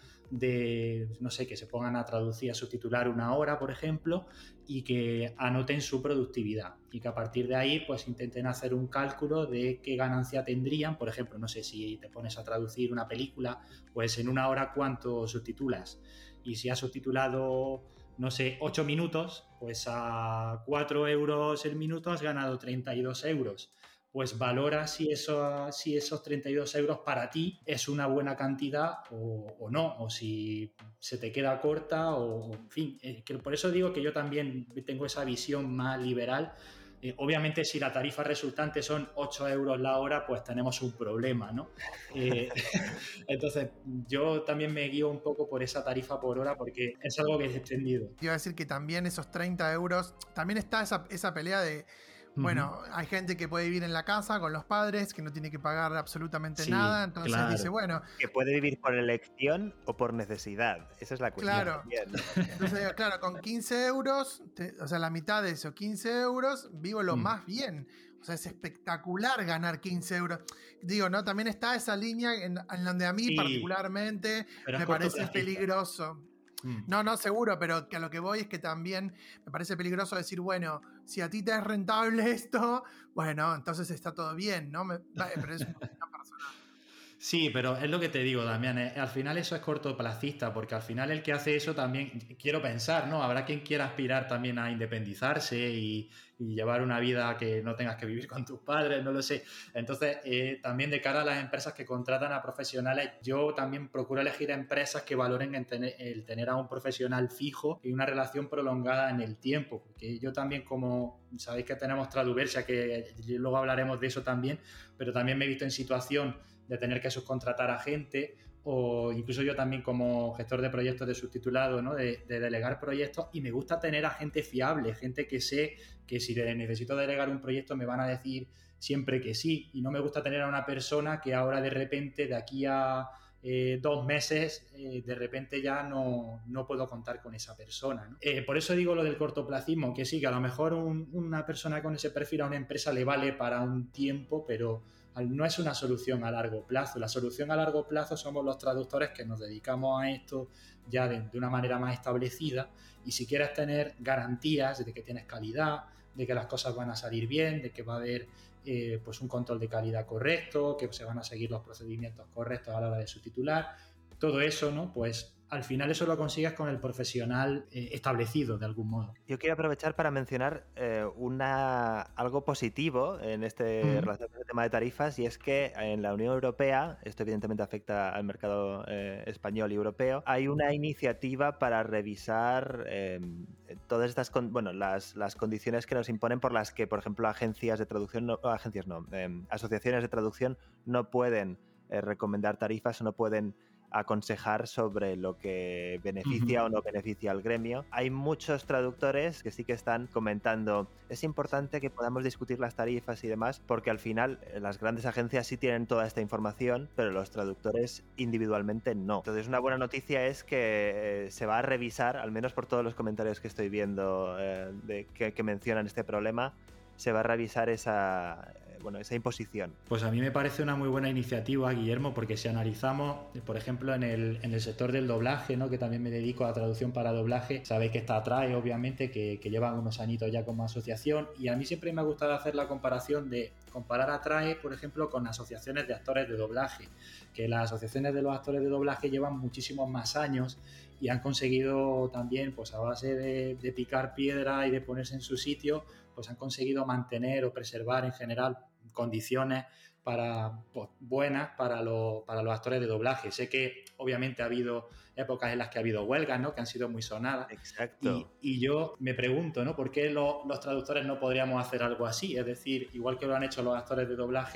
de, no sé, que se pongan a traducir, a subtitular una hora, por ejemplo, y que anoten su productividad y que a partir de ahí pues intenten hacer un cálculo de qué ganancia tendrían. Por ejemplo, no sé, si te pones a traducir una película, pues en una hora cuánto subtitulas, y si has subtitulado, no sé, ocho minutos, pues a cuatro euros el minuto has ganado treinta y dos euros. Pues valora si, eso, si esos treinta y dos euros para ti es una buena cantidad o, o no, o si se te queda corta, o en fin. Eh, que por eso digo que yo también tengo esa visión más liberal. Eh, obviamente, si la tarifa resultante son ocho euros la hora, pues tenemos un problema, ¿no? Eh, entonces, yo también me guío un poco por esa tarifa por hora porque es algo que he extendido. Iba a decir que también esos treinta euros, también está esa, esa pelea de... Bueno, uh-huh. Hay gente que puede vivir en la casa con los padres, que no tiene que pagar absolutamente sí, nada, entonces claro. Dice, bueno... Que puede vivir por elección o por necesidad, esa es la cuestión. Claro, entonces, claro, con quince euros, te, o sea, la mitad de eso, quince euros, vivo lo mm. más bien. O sea, es espectacular ganar quince euros. Digo, ¿no? También está esa línea en, en donde a mí sí, particularmente me parece peligroso. No, no, seguro, pero que a lo que voy es que también me parece peligroso decir, bueno, si a ti te es rentable esto, bueno, entonces está todo bien, ¿no? Me, pero es una opinión personal. Sí, pero es lo que te digo, Damián, eh, al final eso es cortoplacista, porque al final el que hace eso también, quiero pensar, ¿no? Habrá quien quiera aspirar también a independizarse y, y llevar una vida que no tengas que vivir con tus padres, no lo sé. Entonces, eh, también de cara a las empresas que contratan a profesionales, yo también procuro elegir empresas que valoren en tener, el tener a un profesional fijo y una relación prolongada en el tiempo, porque yo también, como sabéis que tenemos Traduversia, que luego hablaremos de eso también, pero también me he visto en situación de tener que subcontratar a gente, o incluso yo también como gestor de proyectos de subtitulado, ¿no? de, de delegar proyectos, y me gusta tener a gente fiable, gente que sé que si necesito delegar un proyecto me van a decir siempre que sí, y no me gusta tener a una persona que ahora de repente, de aquí a eh, dos meses, eh, de repente ya no, no puedo contar con esa persona, ¿no? Eh, por eso digo lo del cortoplacismo, que sí, que a lo mejor un, una persona con ese perfil a una empresa le vale para un tiempo, pero no es una solución a largo plazo. La solución a largo plazo somos los traductores que nos dedicamos a esto ya de, de una manera más establecida, y si quieres tener garantías de que tienes calidad, de que las cosas van a salir bien, de que va a haber eh, pues un control de calidad correcto, que se van a seguir los procedimientos correctos a la hora de subtitular, todo eso, ¿no? Pues al final eso lo consigues con el profesional eh, establecido de algún modo. Yo quiero aprovechar para mencionar eh, una, algo positivo en este uh-huh. relación con el tema de tarifas, y es que en la Unión Europea, esto evidentemente afecta al mercado eh, español y europeo, hay una iniciativa para revisar eh, todas estas con, bueno, las, las condiciones que nos imponen, por las que, por ejemplo, agencias de traducción, no, agencias no, eh, asociaciones de traducción no pueden eh, recomendar tarifas o no pueden aconsejar sobre lo que beneficia uh-huh. o no beneficia al gremio. Hay muchos traductores que sí que están comentando, es importante que podamos discutir las tarifas y demás, porque al final las grandes agencias sí tienen toda esta información, pero los traductores individualmente no. Entonces, una buena noticia es que eh, se va a revisar, al menos por todos los comentarios que estoy viendo eh, de, que, que mencionan este problema, se va a revisar esa, bueno, esa imposición. Pues a mí me parece una muy buena iniciativa, Guillermo, porque si analizamos, por ejemplo, en el, en el sector del doblaje, ¿no? Que también me dedico a traducción para doblaje, sabéis que está Atrae, obviamente, que, que llevan unos añitos ya como asociación, y a mí siempre me ha gustado hacer la comparación de comparar Atrae, por ejemplo, con asociaciones de actores de doblaje, que las asociaciones de los actores de doblaje llevan muchísimos más años y han conseguido también, pues a base de, de picar piedra y de ponerse en su sitio, pues han conseguido mantener o preservar en general condiciones para, pues, buenas para, lo, para los actores de doblaje. Sé que obviamente ha habido épocas en las que ha habido huelgas, ¿no? Que han sido muy sonadas. Exacto. Y, y yo me pregunto, ¿no? ¿Por qué lo, los traductores no podríamos hacer algo así? Es decir, igual que lo han hecho los actores de doblaje,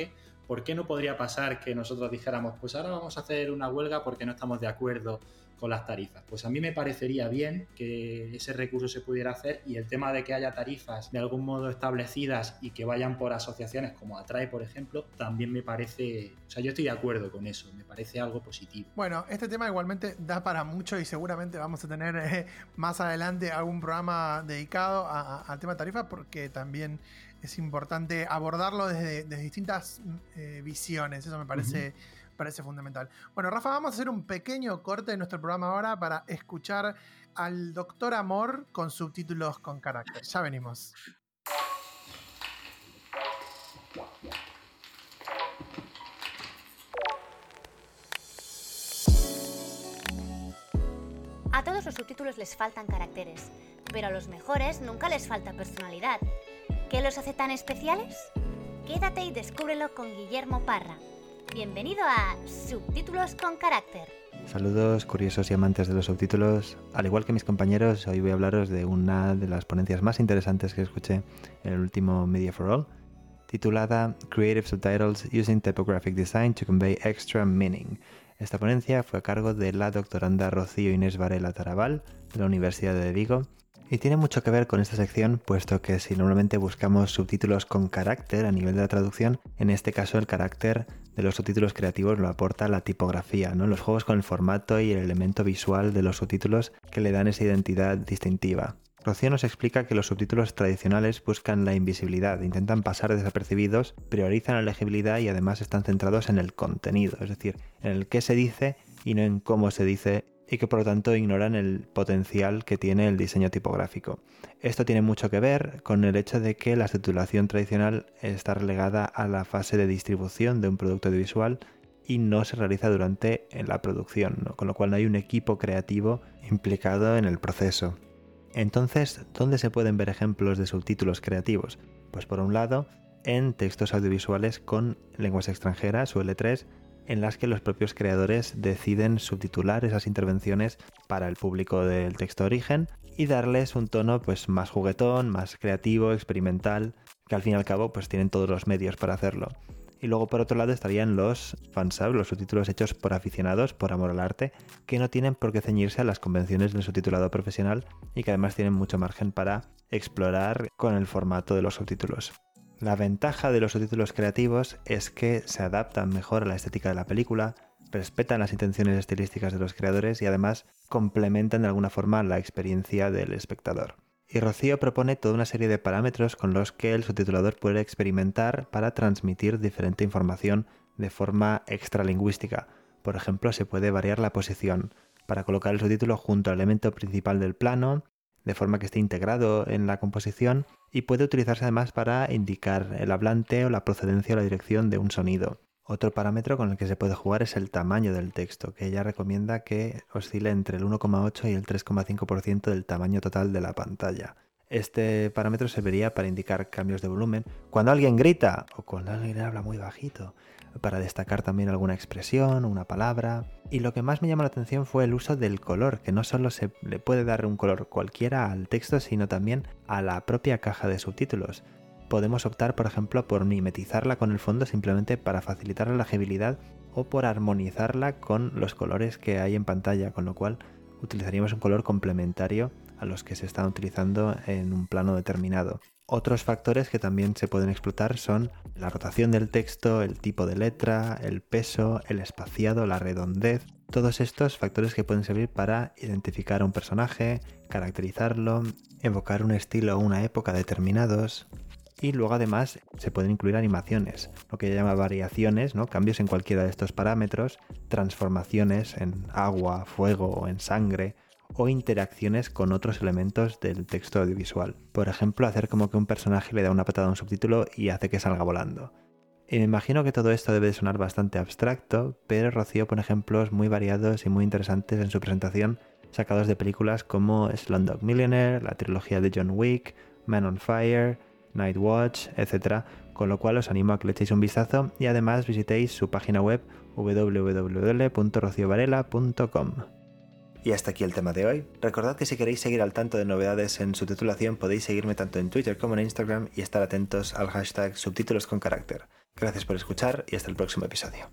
¿por qué no podría pasar que nosotros dijéramos, pues ahora vamos a hacer una huelga porque no estamos de acuerdo con las tarifas? Pues a mí me parecería bien que ese recurso se pudiera hacer, y el tema de que haya tarifas de algún modo establecidas y que vayan por asociaciones como Atrae, por ejemplo, también me parece, o sea, yo estoy de acuerdo con eso, me parece algo positivo. Bueno, este tema igualmente da para mucho y seguramente vamos a tener eh, más adelante algún programa dedicado a, a, al tema de tarifas, porque también es importante abordarlo desde, desde distintas eh, visiones. Eso me parece... Uh-huh. Parece fundamental. Bueno, Rafa, vamos a hacer un pequeño corte de nuestro programa ahora para escuchar al Doctor Amor con subtítulos con carácter. Ya venimos. A todos los subtítulos les faltan caracteres, pero a los mejores nunca les falta personalidad. ¿Qué los hace tan especiales? Quédate y descúbrelo con Guillermo Parra. Bienvenido a Subtítulos con Carácter. Saludos curiosos y amantes de los subtítulos. Al igual que mis compañeros, hoy voy a hablaros de una de las ponencias más interesantes que escuché en el último Media for All, titulada Creative Subtitles Using Typographic Design to Convey Extra Meaning. Esta ponencia fue a cargo de la doctoranda Rocío Inés Varela Tarabal, de la Universidad de Vigo, y tiene mucho que ver con esta sección, puesto que si normalmente buscamos subtítulos con carácter a nivel de la traducción, en este caso el carácter de los subtítulos creativos lo aporta la tipografía, ¿no? Los juegos con el formato y el elemento visual de los subtítulos que le dan esa identidad distintiva. Rocío nos explica que los subtítulos tradicionales buscan la invisibilidad, intentan pasar desapercibidos, priorizan la legibilidad y además están centrados en el contenido, es decir, en el qué se dice y no en cómo se dice, y que por lo tanto ignoran el potencial que tiene el diseño tipográfico. Esto tiene mucho que ver con el hecho de que la subtitulación tradicional está relegada a la fase de distribución de un producto audiovisual y no se realiza durante la producción, ¿no? Con lo cual no hay un equipo creativo implicado en el proceso. Entonces, ¿dónde se pueden ver ejemplos de subtítulos creativos? Pues por un lado, en textos audiovisuales con lenguas extranjeras o L tres, en las que los propios creadores deciden subtitular esas intervenciones para el público del texto origen y darles un tono pues más juguetón, más creativo, experimental, que al fin y al cabo pues tienen todos los medios para hacerlo. Y luego por otro lado estarían los fansub, los subtítulos hechos por aficionados, por amor al arte, que no tienen por qué ceñirse a las convenciones del subtitulado profesional y que además tienen mucho margen para explorar con el formato de los subtítulos. La ventaja de los subtítulos creativos es que se adaptan mejor a la estética de la película, respetan las intenciones estilísticas de los creadores y además complementan de alguna forma la experiencia del espectador. Y Rocío propone toda una serie de parámetros con los que el subtitulador puede experimentar para transmitir diferente información de forma extralingüística. Por ejemplo, se puede variar la posición para colocar el subtítulo junto al elemento principal del plano, de forma que esté integrado en la composición, y puede utilizarse además para indicar el hablante o la procedencia o la dirección de un sonido. Otro parámetro con el que se puede jugar es el tamaño del texto, que ella recomienda que oscile entre el uno coma ocho y el tres coma cinco por ciento del tamaño total de la pantalla. Este parámetro serviría para indicar cambios de volumen cuando alguien grita o cuando alguien habla muy bajito, para destacar también alguna expresión, una palabra. Y lo que más me llamó la atención fue el uso del color, que no solo se le puede dar un color cualquiera al texto, sino también a la propia caja de subtítulos. Podemos optar, por ejemplo, por mimetizarla con el fondo simplemente para facilitar la legibilidad o por armonizarla con los colores que hay en pantalla, con lo cual utilizaríamos un color complementario a los que se están utilizando en un plano determinado. Otros factores que también se pueden explotar son la rotación del texto, el tipo de letra, el peso, el espaciado, la redondez. Todos estos factores que pueden servir para identificar a un personaje, caracterizarlo, evocar un estilo o una época determinados. Y luego además se pueden incluir animaciones, lo que ella llama variaciones, ¿no? Cambios en cualquiera de estos parámetros, transformaciones en agua, fuego o en sangre, o interacciones con otros elementos del texto audiovisual. Por ejemplo, hacer como que un personaje le da una patada a un subtítulo y hace que salga volando. Y me imagino que todo esto debe de sonar bastante abstracto, pero Rocío pone ejemplos muy variados y muy interesantes en su presentación, sacados de películas como Slumdog Millionaire, la trilogía de John Wick, Man on Fire, Night Watch, etcétera, con lo cual os animo a que le echéis un vistazo y además visitéis su página web doble u doble u doble u punto rocio varela punto com. Y hasta aquí el tema de hoy. Recordad que si queréis seguir al tanto de novedades en subtitulación podéis seguirme tanto en Twitter como en Instagram y estar atentos al hashtag subtítulos con carácter. Gracias por escuchar y hasta el próximo episodio.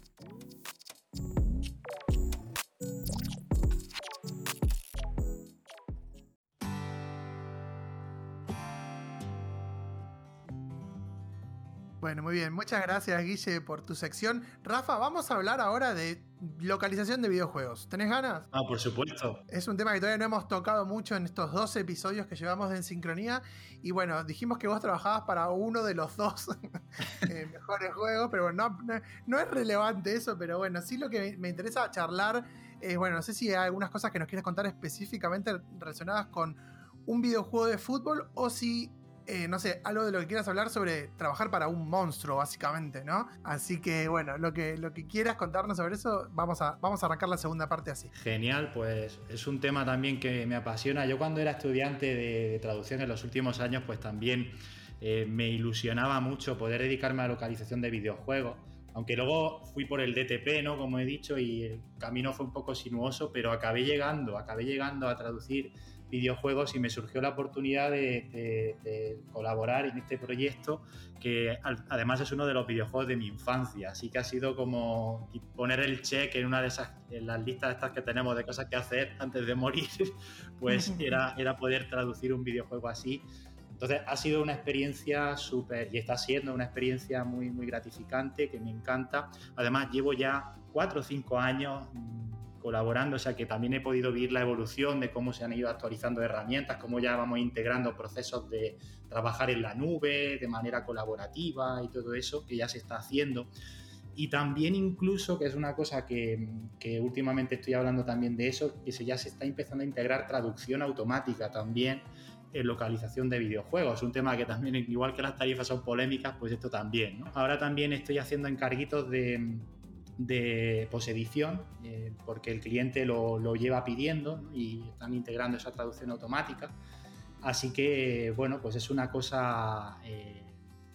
Bueno, muy bien. Muchas gracias, Guille, por tu sección. Rafa, vamos a hablar ahora de localización de videojuegos. ¿Tenés ganas? Ah, por supuesto. Es un tema que todavía no hemos tocado mucho en estos dos episodios que llevamos de En Sincronía. Y bueno, dijimos que vos trabajabas para uno de los dos eh, mejores juegos, pero bueno, no, no, no es relevante eso, pero bueno, sí lo que me interesa charlar es, bueno, no sé si hay algunas cosas que nos quieres contar específicamente relacionadas con un videojuego de fútbol o si... Eh, no sé, algo de lo que quieras hablar sobre trabajar para un monstruo, básicamente, ¿no? Así que, bueno, lo que, lo que quieras contarnos sobre eso, vamos a, vamos a arrancar la segunda parte así. Genial, pues es un tema también que me apasiona. Yo cuando era estudiante de, de traducción en los últimos años, pues también eh, me ilusionaba mucho poder dedicarme a la localización de videojuegos. Aunque luego fui por el D T P, ¿no? Como he dicho, y el camino fue un poco sinuoso, pero acabé llegando, acabé llegando a traducir videojuegos y me surgió la oportunidad de, de, de colaborar en este proyecto que al, además es uno de los videojuegos de mi infancia, así que ha sido como poner el check en una de esas, en las listas estas que tenemos de cosas que hacer antes de morir, pues era, era poder traducir un videojuego así. Entonces ha sido una experiencia súper, y está siendo una experiencia muy, muy gratificante, que me encanta. Además llevo ya cuatro o cinco años colaborando, o sea que también he podido vivir la evolución de cómo se han ido actualizando herramientas, cómo ya vamos integrando procesos de trabajar en la nube de manera colaborativa y todo eso que ya se está haciendo. Y también incluso, que es una cosa que, que últimamente estoy hablando también de eso, que se, ya se está empezando a integrar traducción automática también en localización de videojuegos, un tema que también, igual que las tarifas son polémicas, pues esto también, ¿no? Ahora también estoy haciendo encarguitos de de posedición, eh, porque el cliente lo, lo lleva pidiendo, ¿no? Y están integrando esa traducción automática. Así que, bueno, pues es una cosa eh,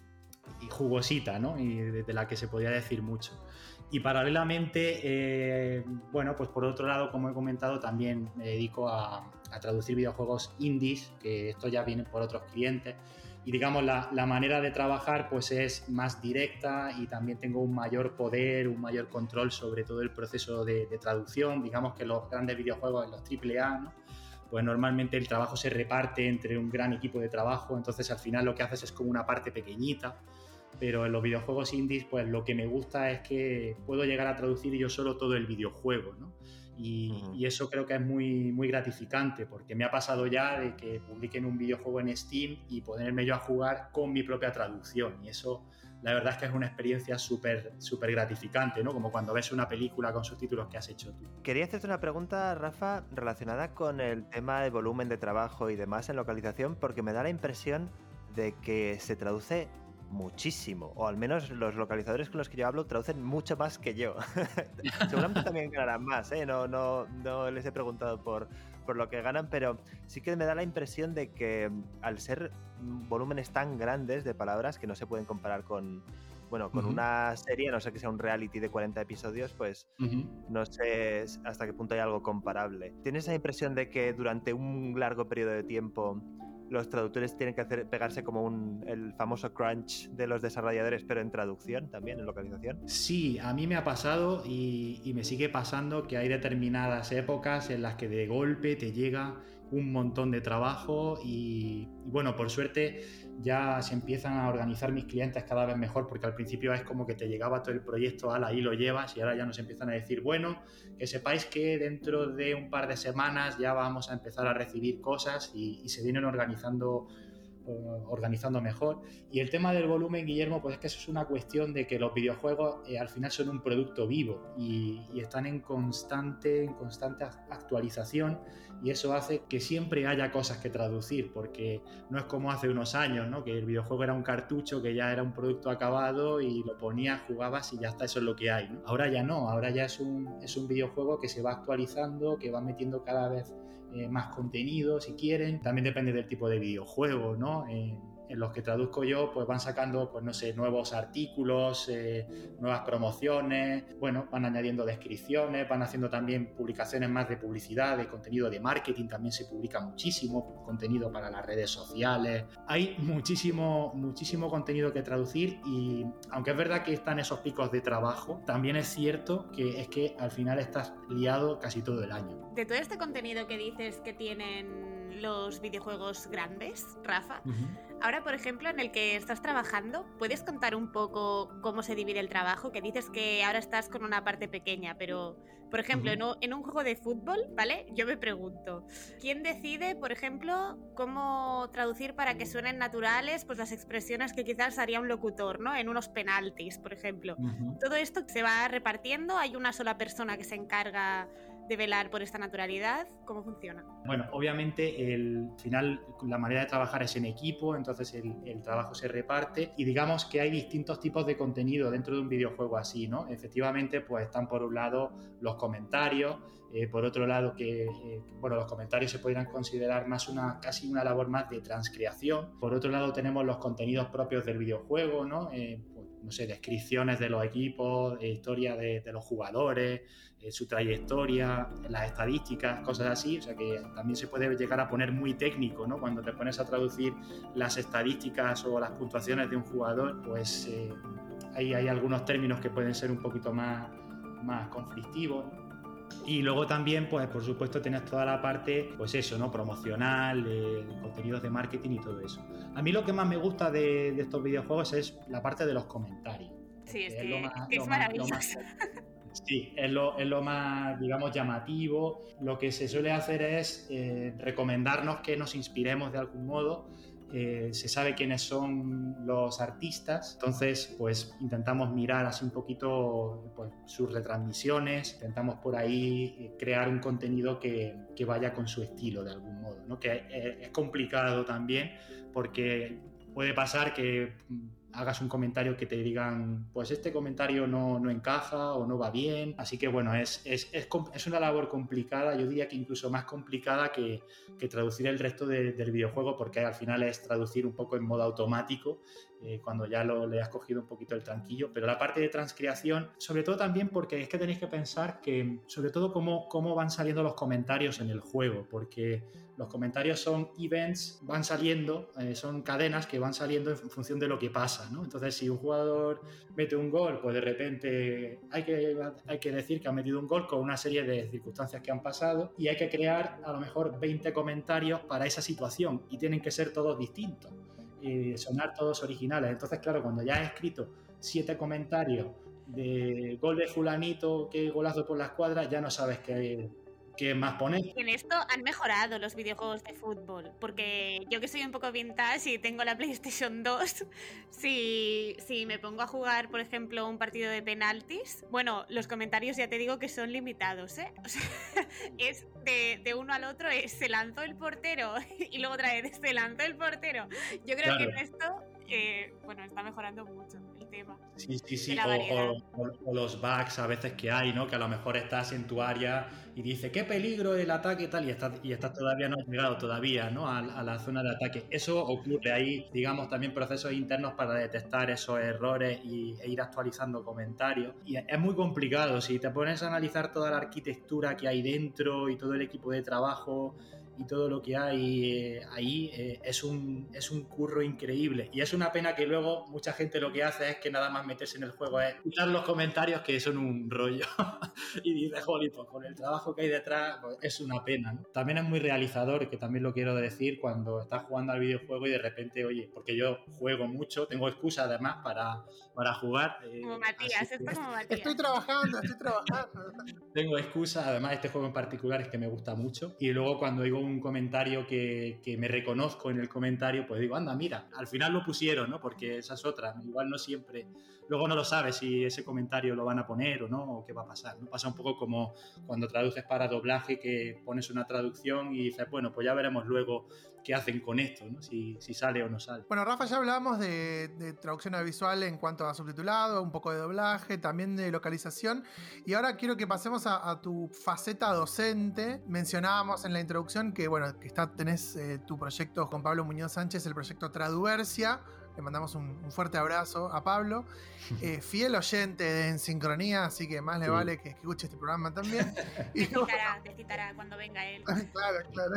jugosita, ¿no? Y de, de la que se podría decir mucho. Y paralelamente, eh, bueno, pues por otro lado, como he comentado, también me dedico a, a traducir videojuegos indies, que esto ya viene por otros clientes. Y digamos, la, la manera de trabajar pues es más directa y también tengo un mayor poder, un mayor control sobre todo el proceso de, de traducción. Digamos que los grandes videojuegos, en los triple A, ¿no? Pues normalmente el trabajo se reparte entre un gran equipo de trabajo, entonces al final lo que haces es como una parte pequeñita. Pero en los videojuegos indies, pues lo que me gusta es que puedo llegar a traducir yo solo todo el videojuego, ¿no? Y, uh-huh. y eso creo que es muy, muy gratificante, porque me ha pasado ya de que publiquen un videojuego en Steam y ponerme yo a jugar con mi propia traducción. Y eso, la verdad es que es una experiencia súper súper gratificante, ¿no? Como cuando ves una película con subtítulos que has hecho tú. Quería hacerte una pregunta, Rafa, relacionada con el tema de volumen de trabajo y demás en localización, porque me da la impresión de que se traduce muchísimo, o al menos los localizadores con los que yo hablo traducen mucho más que yo. Seguramente también ganarán más, ¿eh? No, no, no les he preguntado por, por lo que ganan, pero sí que me da la impresión de que al ser volúmenes tan grandes de palabras que no se pueden comparar con, bueno, con uh-huh. una serie, a no ser que sea un reality de cuarenta episodios, pues uh-huh. no sé hasta qué punto hay algo comparable. ¿Tienes esa impresión de que durante un largo periodo de tiempo los traductores tienen que hacer, pegarse como un, el famoso crunch de los desarrolladores, pero en traducción también, en localización? Sí, a mí me ha pasado y, y me sigue pasando que hay determinadas épocas en las que de golpe te llega un montón de trabajo y, y bueno, por suerte ya se empiezan a organizar mis clientes cada vez mejor, porque al principio es como que te llegaba todo el proyecto, ala, ahí lo llevas, y ahora ya nos empiezan a decir, bueno, que sepáis que dentro de un par de semanas ya vamos a empezar a recibir cosas y, y se vienen organizando organizando mejor. Y el tema del volumen, Guillermo, pues es que eso es una cuestión de que los videojuegos eh, al final son un producto vivo y, y están en constante, en constante actualización, y eso hace que siempre haya cosas que traducir, porque no es como hace unos años, ¿no? Que el videojuego era un cartucho que ya era un producto acabado y lo ponías, jugabas y ya está, eso es lo que hay, ¿no? Ahora ya no, ahora ya es un, es un videojuego que se va actualizando, que va metiendo cada vez Eh, más contenido si quieren, también depende del tipo de videojuego, ¿no? En, en los que traduzco yo, pues van sacando, pues no sé, nuevos artículos, eh, nuevas promociones, bueno, van añadiendo descripciones, van haciendo también publicaciones más de publicidad, de contenido de marketing, también se publica muchísimo contenido para las redes sociales. Hay muchísimo, muchísimo contenido que traducir y aunque es verdad que están esos picos de trabajo, también es cierto que es que al final estás liado casi todo el año. De todo este contenido que dices que tienen los videojuegos grandes, Rafa, uh-huh. Ahora, por ejemplo, en el que estás trabajando, ¿puedes contar un poco cómo se divide el trabajo? Que dices que ahora estás con una parte pequeña, pero, por ejemplo, uh-huh. en, un, en un juego de fútbol, ¿vale? Yo me pregunto, ¿quién decide, por ejemplo, cómo traducir para que suenen naturales pues las expresiones que quizás haría un locutor, ¿no? En unos penaltis, por ejemplo. Uh-huh. Todo esto se va repartiendo, hay una sola persona que se encarga de velar por esta naturalidad. ¿Cómo funciona? Bueno, obviamente el al final la manera de trabajar es en equipo, entonces el, el trabajo se reparte y digamos que hay distintos tipos de contenido dentro de un videojuego así, ¿no? Efectivamente, pues están por un lado los comentarios, eh, por otro lado que, eh, bueno, los comentarios se podrían considerar más una, casi una labor más de transcreación. Por otro lado tenemos los contenidos propios del videojuego, ¿no? Eh, pues, no sé, descripciones de los equipos, eh, historia de, de los jugadores, eh, su trayectoria, las estadísticas, cosas así, o sea que también se puede llegar a poner muy técnico, ¿no? Cuando te pones a traducir las estadísticas o las puntuaciones de un jugador, pues eh, hay, hay algunos términos que pueden ser un poquito más, más conflictivos, ¿no? Y luego también, pues por supuesto, tienes toda la parte, pues eso, ¿no? Promocional, eh, contenidos de marketing y todo eso. A mí lo que más me gusta de, de estos videojuegos es la parte de los comentarios. Sí, es, es que, lo más, que es lo maravilloso. Más, lo más, sí, es lo, es lo más, digamos, llamativo. Lo que se suele hacer es eh, recomendarnos que nos inspiremos de algún modo. Eh, se sabe quiénes son los artistas, entonces pues intentamos mirar así un poquito pues, sus retransmisiones, intentamos por ahí crear un contenido que, que vaya con su estilo de algún modo, ¿no? Que es, es complicado también porque puede pasar que hagas un comentario que te digan pues este comentario no, no encaja o no va bien, así que bueno, es, es, es, es una labor complicada, yo diría que incluso más complicada que, que traducir el resto de, del videojuego, porque al final es traducir un poco en modo automático eh, cuando ya lo, le has cogido un poquito el tranquillo, pero la parte de transcreación, sobre todo también porque es que tenéis que pensar que sobre todo cómo, cómo van saliendo los comentarios en el juego, porque los comentarios son events, van saliendo, eh, son cadenas que van saliendo en función de lo que pasa, ¿no? Entonces, si un jugador mete un gol, pues de repente hay que, hay que decir que ha metido un gol con una serie de circunstancias que han pasado y hay que crear a lo mejor veinte comentarios para esa situación y tienen que ser todos distintos y sonar todos originales. Entonces, claro, cuando ya has escrito siete comentarios de gol de fulanito, qué golazo por la escuadra, ya no sabes qué... ¿Qué más poner? En esto han mejorado los videojuegos de fútbol, porque yo que soy un poco vintage y tengo la PlayStation dos, si, si me pongo a jugar, por ejemplo, un partido de penaltis, bueno, los comentarios ya te digo que son limitados, ¿eh? O sea, es de, de uno al otro, es, se lanzó el portero y luego otra vez se lanzó el portero. Yo creo claro. que en esto, eh, bueno, está mejorando mucho el tema. Sí, sí, sí, o, o, o los bugs a veces que hay, ¿no? Que a lo mejor estás en tu área y dice qué peligro el ataque y tal, y estás, y estás todavía no has llegado todavía, ¿no? A, a la zona de ataque. Eso ocurre, ahí, digamos, también procesos internos para detectar esos errores y, e ir actualizando comentarios. Y es muy complicado, si te pones a analizar toda la arquitectura que hay dentro y todo el equipo de trabajo y todo lo que hay eh, ahí, eh, es, un, es un curro increíble. Y es una pena que luego mucha gente lo que hace es que nada más meterse en el juego es quitar los comentarios que son un rollo. Y dices, jolly, pues con el trabajo que hay detrás, pues es una pena, ¿no? También es muy realizador, que también lo quiero decir, cuando estás jugando al videojuego y de repente, oye, porque yo juego mucho, tengo excusa además para, para jugar. Eh, como Matías, esto como Matías. Estoy trabajando, estoy trabajando. Tengo excusa, además este juego en particular es que me gusta mucho. Y luego cuando digo un comentario que, que me reconozco en el comentario, pues digo, anda, mira, al final lo pusieron, ¿no? Porque esa es otra, igual no siempre, luego no lo sabes si ese comentario lo van a poner o no, o qué va a pasar, ¿no? Pasa un poco como cuando traduces para doblaje, que pones una traducción y dices, bueno, pues ya veremos luego qué hacen con esto, ¿no? Si, si sale o no sale. Bueno, Rafa, ya hablamos de, de traducción audiovisual en cuanto a subtitulado, un poco de doblaje, también de localización, y ahora quiero que pasemos a, a tu faceta docente. Mencionábamos en la introducción que bueno, que está, tenés eh, tu proyecto con Pablo Muñoz Sánchez, el proyecto Traduversia. Le mandamos un, un fuerte abrazo a Pablo, eh, fiel oyente de En Sincronía, así que más le sí. vale que, que escuche este programa también. Te citará, te citará cuando venga él. Claro, claro.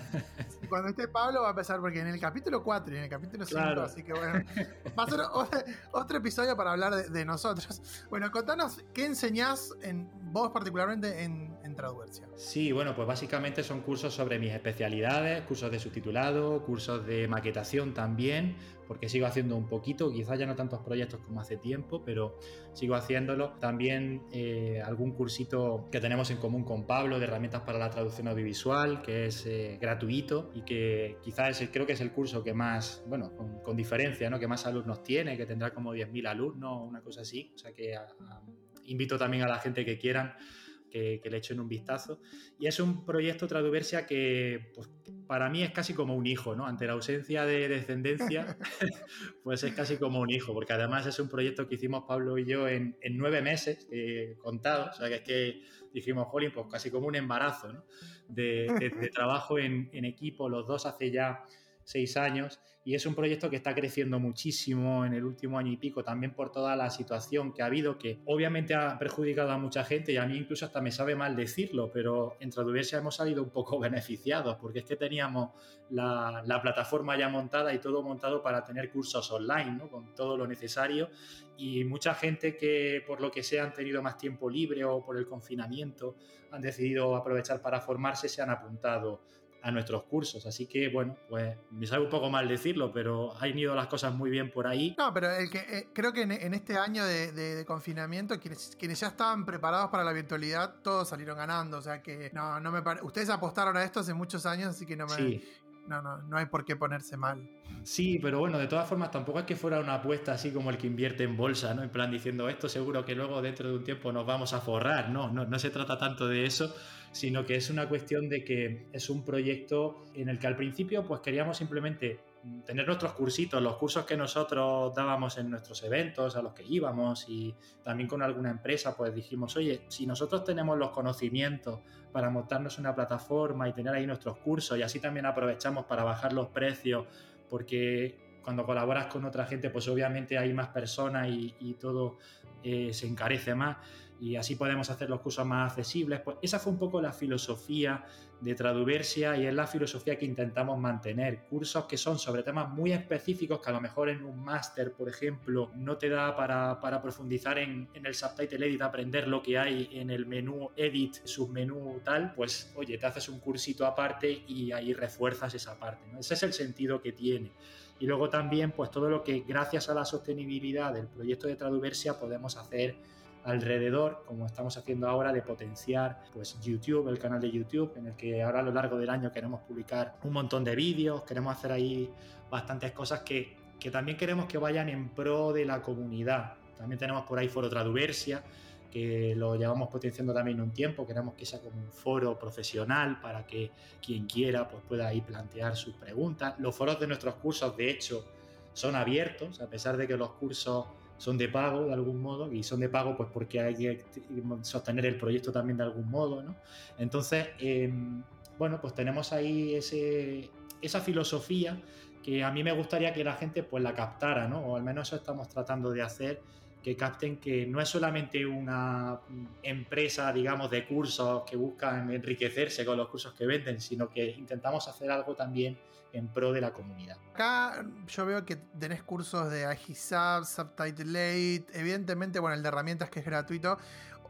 Cuando esté Pablo va a empezar, porque en el capítulo cuatro y en el capítulo cinco, claro. Así que bueno, va a ser otro, otro episodio para hablar de, de nosotros. Bueno, contanos, ¿qué enseñás en, vos particularmente en, en Traduversia? Sí, bueno, pues básicamente son cursos sobre mis especialidades, cursos de subtitulado, cursos de maquetación también, porque sigo haciendo un poquito, quizás ya no tantos proyectos como hace tiempo, pero sigo haciéndolo. También eh, algún cursito que tenemos en común con Pablo de herramientas para la traducción audiovisual, que es eh, gratuito y que quizás es el, creo que es el curso que más, bueno, con, con diferencia, ¿no? Que más alumnos tiene, que tendrá como diez mil alumnos, una cosa así. O sea que a, a, invito también a la gente que quieran que, que le echen un vistazo. Y es un proyecto Traduversia que pues, para mí es casi como un hijo, ¿no? Ante la ausencia de descendencia, pues es casi como un hijo, porque además es un proyecto que hicimos Pablo y yo en, en nueve meses eh, contados, o sea que es que dijimos, jolín, pues casi como un embarazo, ¿no? De, de, de trabajo en, en equipo, los dos hace ya seis años, y es un proyecto que está creciendo muchísimo en el último año y pico, también por toda la situación que ha habido, que obviamente ha perjudicado a mucha gente, y a mí incluso hasta me sabe mal decirlo, pero en Traduversia hemos salido un poco beneficiados, porque es que teníamos la, la plataforma ya montada y todo montado para tener cursos online, ¿no? Con todo lo necesario, y mucha gente que por lo que sea han tenido más tiempo libre o por el confinamiento han decidido aprovechar para formarse, se han apuntado a nuestros cursos, así que bueno, pues me sabe un poco mal decirlo, pero han ido las cosas muy bien por ahí. No, pero el que, eh, creo que en, en este año de, de, de confinamiento, quienes, quienes ya estaban preparados para la virtualidad, todos salieron ganando, o sea que no, no me pare... ustedes apostaron a esto hace muchos años, así que no me... Sí. No, no, no hay por qué ponerse mal. Sí, pero bueno, de todas formas tampoco es que fuera una apuesta así como el que invierte en bolsa, ¿no? En plan diciendo esto seguro que luego dentro de un tiempo nos vamos a forrar, no, no, no se trata tanto de eso, sino que es una cuestión de que es un proyecto en el que al principio pues queríamos simplemente tener nuestros cursitos, los cursos que nosotros dábamos en nuestros eventos, a los que íbamos, y también con alguna empresa pues dijimos, oye, si nosotros tenemos los conocimientos para montarnos una plataforma y tener ahí nuestros cursos, y así también aprovechamos para bajar los precios, porque cuando colaboras con otra gente pues obviamente hay más personas y, y todo eh, se encarece más, y así podemos hacer los cursos más accesibles. Pues esa fue un poco la filosofía de Traduversia, y es la filosofía que intentamos mantener. Cursos que son sobre temas muy específicos que a lo mejor en un máster, por ejemplo, no te da para, para profundizar en, en el Subtitle Edit, aprender lo que hay en el menú Edit, submenú tal, pues oye, te haces un cursito aparte y ahí refuerzas esa parte, ¿no? Ese es el sentido que tiene. Y luego también pues todo lo que gracias a la sostenibilidad del proyecto de Traduversia podemos hacer alrededor, como estamos haciendo ahora, de potenciar pues YouTube, el canal de YouTube, en el que ahora a lo largo del año queremos publicar un montón de vídeos, queremos hacer ahí bastantes cosas que, que también queremos que vayan en pro de la comunidad. También tenemos por ahí Foro Traduversia, que lo llevamos potenciando también un tiempo, queremos que sea como un foro profesional para que quien quiera pues pueda ahí plantear sus preguntas. Los foros de nuestros cursos, de hecho, son abiertos, a pesar de que los cursos son de pago de algún modo, y son de pago pues porque hay que sostener el proyecto también de algún modo, ¿no? Entonces, eh, bueno, pues tenemos ahí ese, esa filosofía que a mí me gustaría que la gente pues la captara, ¿no? O al menos eso estamos tratando de hacer, que capten que no es solamente una empresa, digamos, de cursos que buscan enriquecerse con los cursos que venden, sino que intentamos hacer algo también en pro de la comunidad. Acá yo veo que tenés cursos de Agisab, Subtitle Aid, evidentemente, bueno, el de herramientas que es gratuito.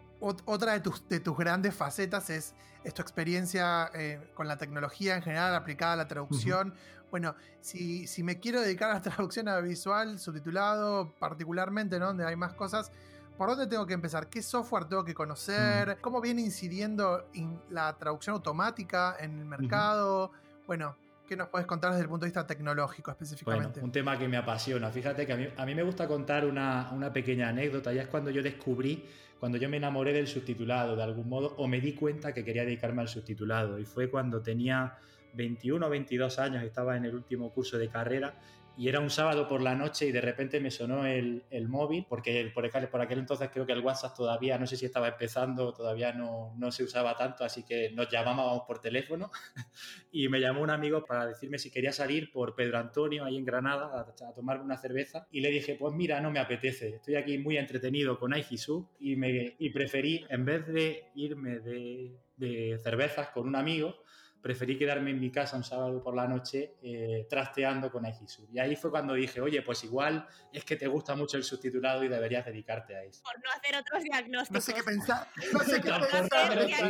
Otra de tus, de tus grandes facetas es, es tu experiencia eh, con la tecnología en general aplicada a la traducción. Uh-huh. Bueno, si, si me quiero dedicar a la traducción audiovisual, subtitulado, particularmente, ¿no? Donde hay más cosas, ¿por dónde tengo que empezar? ¿Qué software tengo que conocer? Uh-huh. ¿Cómo viene incidiendo en la traducción automática en el mercado? Uh-huh. Bueno, ¿qué nos puedes contar desde el punto de vista tecnológico específicamente? Bueno, un tema que me apasiona. Fíjate que a mí, a mí me gusta contar una, una pequeña anécdota, y es cuando yo descubrí, cuando yo me enamoré del subtitulado de algún modo, o me di cuenta que quería dedicarme al subtitulado, y fue cuando tenía veintiuno o veintidós años, estaba en el último curso de carrera, y era un sábado por la noche y de repente me sonó el, el móvil, porque por aquel, por aquel entonces creo que el WhatsApp todavía, no sé si estaba empezando, todavía no, no se usaba tanto, así que nos llamábamos por teléfono y me llamó un amigo para decirme si quería salir por Pedro Antonio, ahí en Granada, a, a tomarme una cerveza, y le dije, pues mira, no me apetece, estoy aquí muy entretenido con Aijisub y, me, y preferí, en vez de irme de, de cervezas con un amigo, preferí quedarme en mi casa un sábado por la noche eh, trasteando con Aijisub. Y ahí fue cuando dije, oye, pues igual es que te gusta mucho el subtitulado y deberías dedicarte a eso. Por no hacer otros diagnósticos. No sé qué pensar. No sé qué Tampoco, pensar. pero sí.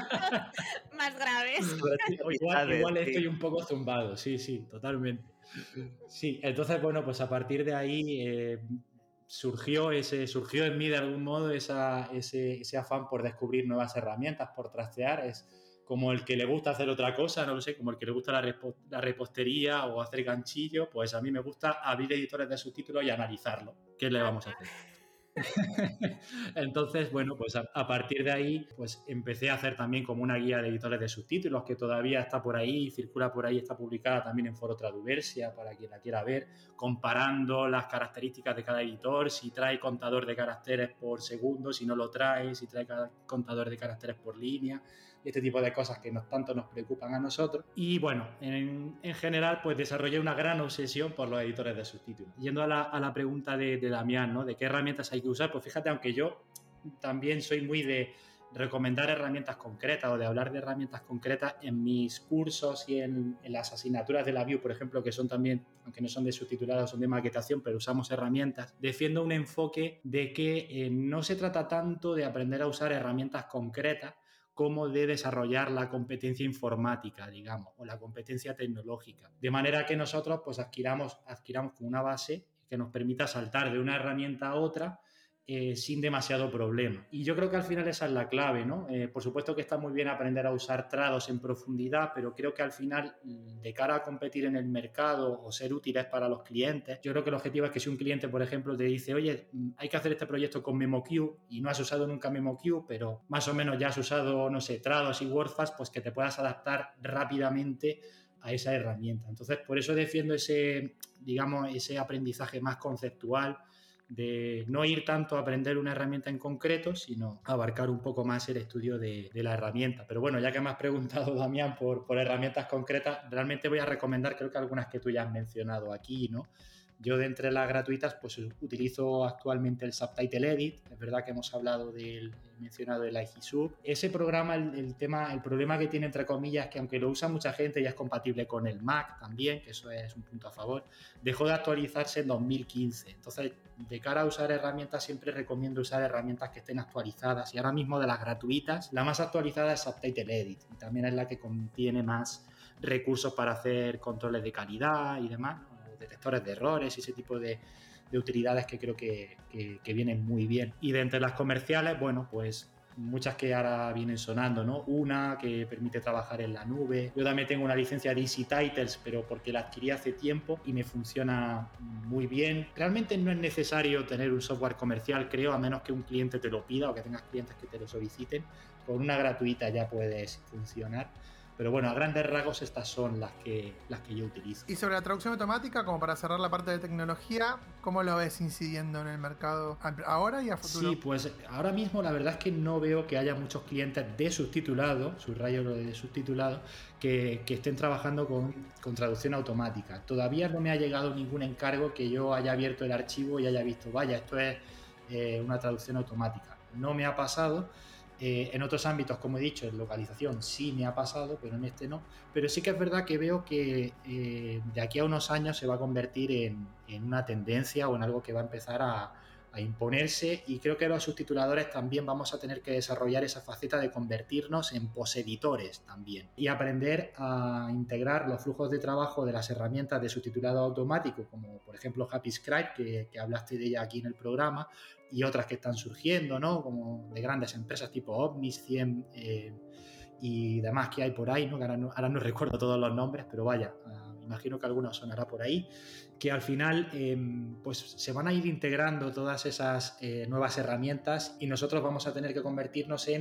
Más graves. Igual, igual estoy un poco zumbado, sí, sí, totalmente. Sí, entonces, bueno, pues a partir de ahí eh, surgió, ese, surgió en mí de algún modo esa, ese, ese afán por descubrir nuevas herramientas, por trastear. Es como el que le gusta hacer otra cosa, no lo sé, como el que le gusta la, repo, la repostería o hacer ganchillo, pues a mí me gusta abrir editores de subtítulos y analizarlo. ¿Qué le vamos a hacer? Entonces, bueno, pues a, a partir de ahí, pues empecé a hacer también como una guía de editores de subtítulos que todavía está por ahí, circula por ahí, está publicada también en Foro Traduversia para quien la quiera ver, comparando las características de cada editor, si trae contador de caracteres por segundo, si no lo trae, si trae contador de caracteres por línea, y este tipo de cosas que nos, tanto nos preocupan a nosotros. Y bueno, en, en general, pues desarrollé una gran obsesión por los editores de subtítulos. Yendo a la, a la pregunta de, de Damián, ¿no? De qué herramientas hay que usar, pues fíjate, aunque yo también soy muy de recomendar herramientas concretas o de hablar de herramientas concretas en mis cursos y en, en las asignaturas de la B I U, por ejemplo, que son también, aunque no son de subtitulado, son de maquetación, pero usamos herramientas, defiendo un enfoque de que eh, no se trata tanto de aprender a usar herramientas concretas como de desarrollar la competencia informática, digamos, o la competencia tecnológica. De manera que nosotros pues adquiramos, adquiramos como una base que nos permita saltar de una herramienta a otra eh, sin demasiado problema. Y yo creo que al final esa es la clave, ¿no? Eh, por supuesto que está muy bien aprender a usar trados en profundidad, pero creo que al final, de cara a competir en el mercado o ser útiles para los clientes, yo creo que el objetivo es que si un cliente, por ejemplo, te dice, oye, hay que hacer este proyecto con MemoQ y no has usado nunca MemoQ, pero más o menos ya has usado, no sé, trados y WordFast, pues que te puedas adaptar rápidamente a esa herramienta. Entonces, por eso defiendo ese, digamos, ese aprendizaje más conceptual, de no ir tanto a aprender una herramienta en concreto, sino abarcar un poco más el estudio de, de la herramienta. Pero bueno, ya que me has preguntado, Damián, por, por herramientas concretas, realmente voy a recomendar, creo que algunas que tú ya has mencionado aquí, ¿no? Yo, de entre las gratuitas, pues utilizo actualmente el Subtitle Edit. Es verdad que hemos hablado del, mencionado el Aijisub. Ese programa, el, el tema, el problema que tiene, entre comillas, que aunque lo usa mucha gente y es compatible con el Mac también, que eso es un punto a favor, dejó de actualizarse en dos mil quince. Entonces, de cara a usar herramientas, siempre recomiendo usar herramientas que estén actualizadas. Y ahora mismo, de las gratuitas, la más actualizada es Subtitle Edit. Y también es la que contiene más recursos para hacer controles de calidad y demás, ¿no? Detectores de errores y ese tipo de, de utilidades que creo que, que, que vienen muy bien. Y de entre las comerciales, bueno, pues muchas que ahora vienen sonando, ¿no? Una que permite trabajar en la nube. Yo también tengo una licencia de Easy Titles, pero porque la adquirí hace tiempo y me funciona muy bien. Realmente no es necesario tener un software comercial, creo, a menos que un cliente te lo pida o que tengas clientes que te lo soliciten. Con una gratuita ya puedes funcionar. Pero bueno, a grandes rasgos estas son las que, las que yo utilizo. Y sobre la traducción automática, como para cerrar la parte de tecnología, ¿cómo lo ves incidiendo en el mercado ahora y a futuro? Sí, pues ahora mismo la verdad es que no veo que haya muchos clientes de subtitulado, subrayo lo de subtitulado, que, que estén trabajando con, con traducción automática. Todavía no me ha llegado ningún encargo que yo haya abierto el archivo y haya visto, vaya, esto es eh, una traducción automática. No me ha pasado. Eh, en otros ámbitos, como he dicho, en localización sí me ha pasado, pero en este no. Pero sí que es verdad que veo que eh, de aquí a unos años se va a convertir en, en una tendencia o en algo que va a empezar a, a imponerse, y creo que los subtituladores también vamos a tener que desarrollar esa faceta de convertirnos en poseditores también y aprender a integrar los flujos de trabajo de las herramientas de subtitulado automático, como por ejemplo HappyScribe, que, que hablaste de ella aquí en el programa, y otras que están surgiendo, ¿no? Como de grandes empresas tipo Omnis, cien eh, y demás que hay por ahí, ¿no? Que ahora no, ahora no recuerdo todos los nombres, pero vaya, uh, imagino que alguno sonará por ahí, que al final eh, pues se van a ir integrando todas esas eh, nuevas herramientas y nosotros vamos a tener que convertirnos en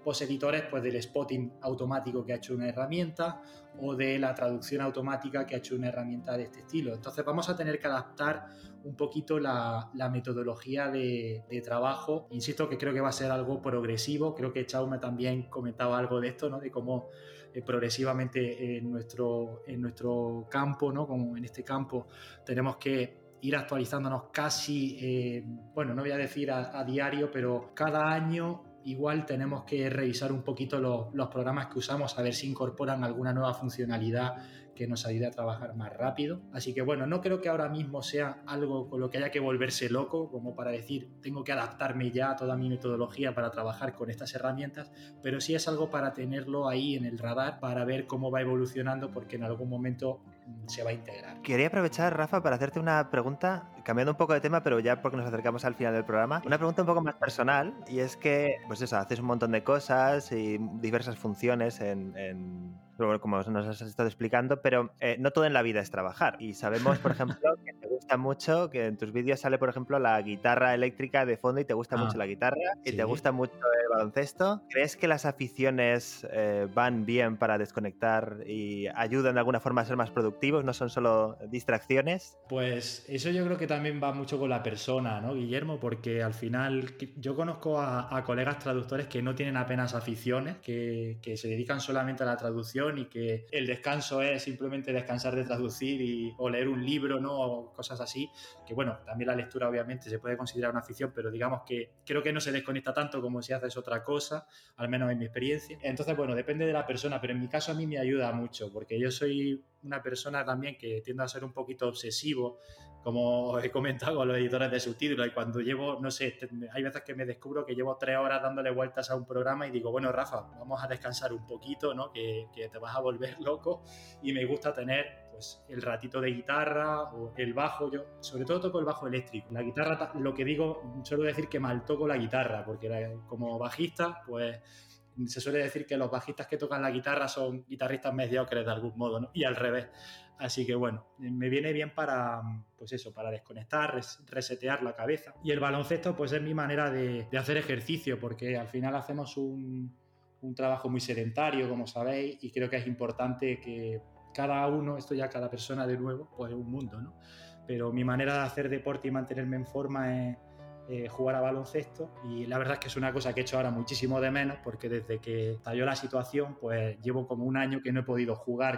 poseditores pues, del spotting automático que ha hecho una herramienta o de la traducción automática que ha hecho una herramienta de este estilo. Entonces vamos a tener que adaptar un poquito la, la metodología de, de trabajo. Insisto que creo que va a ser algo progresivo. Creo que Jaume también comentaba algo de esto, ¿no? De cómo eh, progresivamente en nuestro, en nuestro campo, ¿no? Como en este campo tenemos que ir actualizándonos casi, eh, bueno, no voy a decir a, a diario, pero cada año igual tenemos que revisar un poquito los, los programas que usamos, a ver si incorporan alguna nueva funcionalidad que nos ayude a trabajar más rápido. Así que bueno, no creo que ahora mismo sea algo con lo que haya que volverse loco, como para decir, tengo que adaptarme ya a toda mi metodología para trabajar con estas herramientas, pero sí es algo para tenerlo ahí en el radar, para ver cómo va evolucionando, porque en algún momento se va a integrar. Quería aprovechar, Rafa, para hacerte una pregunta, cambiando un poco de tema, pero ya porque nos acercamos al final del programa, una pregunta un poco más personal, y es que, pues eso, haces un montón de cosas y diversas funciones en... en... como nos has estado explicando, pero eh, no todo en la vida es trabajar. Y sabemos, por ejemplo, que te gusta mucho, que en tus vídeos sale, por ejemplo, la guitarra eléctrica de fondo y te gusta ah, mucho la guitarra y ¿sí? Te gusta mucho el baloncesto. ¿Crees que las aficiones eh, van bien para desconectar y ayudan de alguna forma a ser más productivos? ¿No son solo distracciones? Pues eso yo creo que también va mucho con la persona, ¿no, Guillermo? Porque al final yo conozco a, a colegas traductores que no tienen apenas aficiones, que, que se dedican solamente a la traducción y que el descanso es simplemente descansar de traducir y, o leer un libro, ¿no? O cosas así, que bueno, también la lectura obviamente se puede considerar una afición, pero digamos que creo que no se desconecta tanto como si haces otra cosa, al menos en mi experiencia. Entonces, bueno, depende de la persona, pero en mi caso a mí me ayuda mucho, porque yo soy una persona también que tiende a ser un poquito obsesivo, como he comentado con los editores de subtítulos, y cuando llevo, no sé, hay veces que me descubro que llevo tres horas dándole vueltas a un programa y digo, bueno, Rafa, vamos a descansar un poquito, ¿no? Que, que te vas a volver loco, y me gusta tener pues el ratito de guitarra o el bajo. Yo sobre todo toco el bajo eléctrico. La guitarra, lo que digo, suelo decir que mal toco la guitarra, porque la, como bajista, pues se suele decir que los bajistas que tocan la guitarra son guitarristas mediocres de algún modo, ¿no? Y al revés. Así que bueno, me viene bien para, pues eso, para desconectar, res, resetear la cabeza. Y el baloncesto pues es mi manera de, de hacer ejercicio, porque al final hacemos un, un trabajo muy sedentario, como sabéis, y creo que es importante que cada uno, esto ya cada persona de nuevo, pues es un mundo, ¿no? Pero mi manera de hacer deporte y mantenerme en forma es eh, jugar a baloncesto, y la verdad es que es una cosa que he hecho ahora muchísimo de menos, porque desde que estalló la situación, pues llevo como un año que no he podido jugar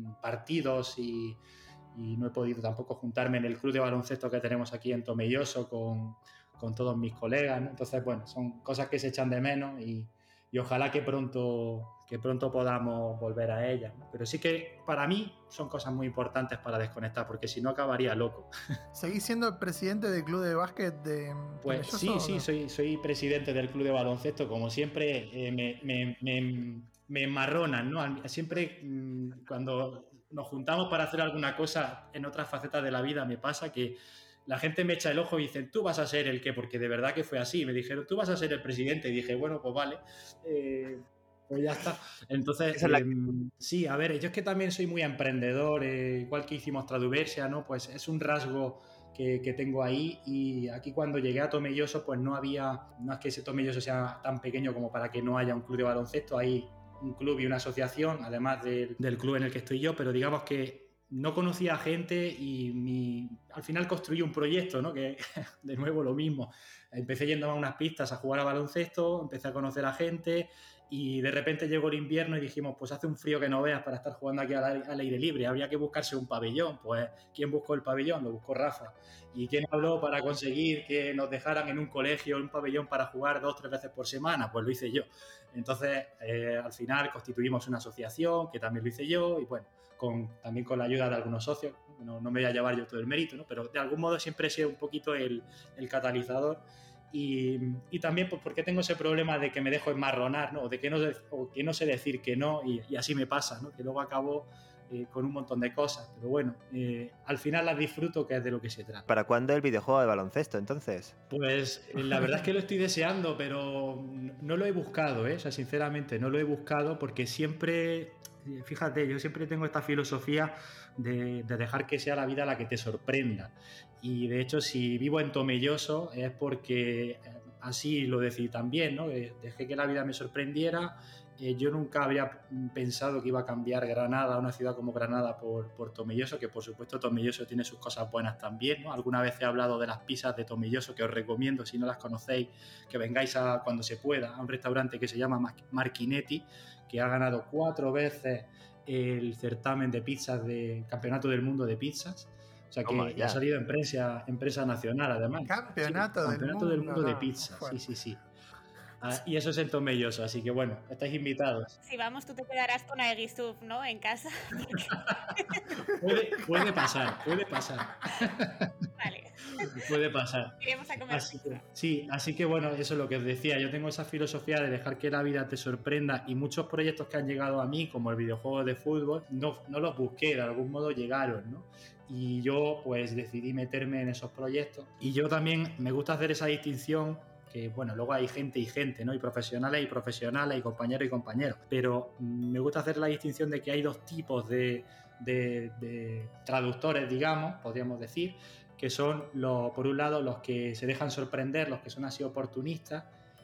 partidos y, y no he podido tampoco juntarme en el club de baloncesto que tenemos aquí en Tomelloso con, con todos mis colegas, ¿no? Entonces, bueno, son cosas que se echan de menos y, y ojalá que pronto, que pronto podamos volver a ellas, ¿no? Pero sí que para mí son cosas muy importantes para desconectar, porque si no acabaría loco. ¿Seguís siendo el presidente del club de básquet de Pues sí, sí, no? soy, soy presidente del club de baloncesto, como siempre. eh, me, me, me me enmarronan, ¿no? Siempre mmm, cuando nos juntamos para hacer alguna cosa en otras facetas de la vida me pasa que la gente me echa el ojo y dicen, tú vas a ser el qué, porque de verdad que fue así. Me dijeron, tú vas a ser el presidente, y dije, bueno, pues vale, eh, pues ya está. Entonces, la... eh, sí, a ver, yo es que también soy muy emprendedor, eh, igual que hicimos Traduversia, ¿no? Pues es un rasgo que, que tengo ahí, y aquí cuando llegué a Tomelloso, pues no había, no es que ese Tomelloso sea tan pequeño como para que no haya un club de baloncesto, hay un club y una asociación, además del, del club en el que estoy yo, pero digamos que no conocía a gente y mi, al final construí un proyecto, ¿no? Que de nuevo lo mismo. Empecé yendo a unas pistas a jugar a baloncesto, empecé a conocer a gente y de repente llegó el invierno y dijimos, pues hace un frío que no veas para estar jugando aquí al, al aire libre, habría que buscarse un pabellón. Pues ¿quién buscó el pabellón? Lo buscó Rafa. ¿Y quién habló para conseguir que nos dejaran en un colegio un pabellón para jugar dos o tres veces por semana? Pues lo hice yo. Entonces, eh, al final constituimos una asociación, que también lo hice yo, y bueno, con, también con la ayuda de algunos socios. No, no me voy a llevar yo todo el mérito, ¿no? Pero de algún modo siempre he sido un poquito el, el catalizador. Y, y también pues, porque tengo ese problema de que me dejo enmarronar, ¿no? O de que no, o que no sé decir que no, y, y así me pasa, ¿no? Que luego acabo eh, con un montón de cosas. Pero bueno, eh, al final las disfruto, que es de lo que se trata. ¿Para cuándo el videojuego de baloncesto, entonces? Pues eh, la verdad es que lo estoy deseando, pero no lo he buscado, ¿eh? O sea, sinceramente, no lo he buscado porque siempre... Fíjate, yo siempre tengo esta filosofía de, de dejar que sea la vida la que te sorprenda. Y de hecho, si vivo en Tomelloso es porque así lo decidí también, ¿no? Eh, dejé que la vida me sorprendiera. Eh, yo nunca habría pensado que iba a cambiar Granada, una ciudad como Granada, por, por Tomelloso, que por supuesto Tomelloso tiene sus cosas buenas también, ¿no? Alguna vez he hablado de las pizzas de Tomelloso, que os recomiendo, si no las conocéis, que vengáis a, cuando se pueda, a un restaurante que se llama Marchinetti, que ha ganado cuatro veces el certamen de pizzas del Campeonato del Mundo de Pizzas. O sea, que oh ha salido en prensa, en prensa nacional, además. Campeonato, sí, del, campeonato mundo, del Mundo no, de Pizza, bueno. sí, sí, sí. Ah, y eso es en Tomelloso, así que bueno, estáis invitados. Si vamos, tú te quedarás con Aegisuf, ¿no? En casa. puede, puede pasar, puede pasar. Vale. Puede pasar. Iremos a comer así que, sí, así que bueno, eso es lo que os decía. Yo tengo esa filosofía de dejar que la vida te sorprenda, y muchos proyectos que han llegado a mí, como el videojuego de fútbol, no, no los busqué, de algún modo llegaron, ¿no? Y yo pues decidí meterme en esos proyectos. Y yo también me gusta hacer esa distinción, que bueno, luego hay gente y gente, ¿no? Y profesionales y profesionales y compañeros y compañeros, pero me gusta hacer la distinción de que hay dos tipos de, de, de traductores, digamos, podríamos decir, que son los, por un lado los que se dejan sorprender, los que son así oportunistas,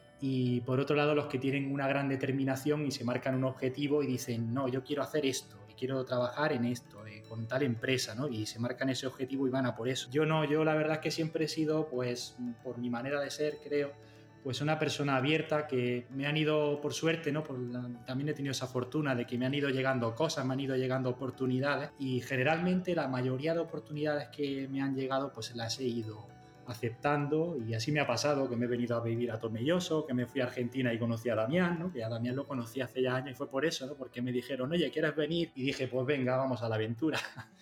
y por otro lado los que tienen una gran determinación y se marcan un objetivo y dicen, no, yo quiero hacer esto, y quiero trabajar en esto, eh, con tal empresa, ¿no? Y se marcan ese objetivo y van a por eso. Yo no, yo la verdad es que siempre he sido, pues, por mi manera de ser, creo, pues una persona abierta, que me han ido, por suerte, ¿no? Por la, también he tenido esa fortuna de que me han ido llegando cosas, me han ido llegando oportunidades, y generalmente la mayoría de oportunidades que me han llegado, pues las he ido aceptando, y así me ha pasado, que me he venido a vivir a Tomelloso, que me fui a Argentina y conocí a Damián, ¿no? Que a Damián lo conocí hace ya años y fue por eso, ¿no? Porque me dijeron, oye, ¿quieres venir? Y dije, pues venga, vamos a la aventura.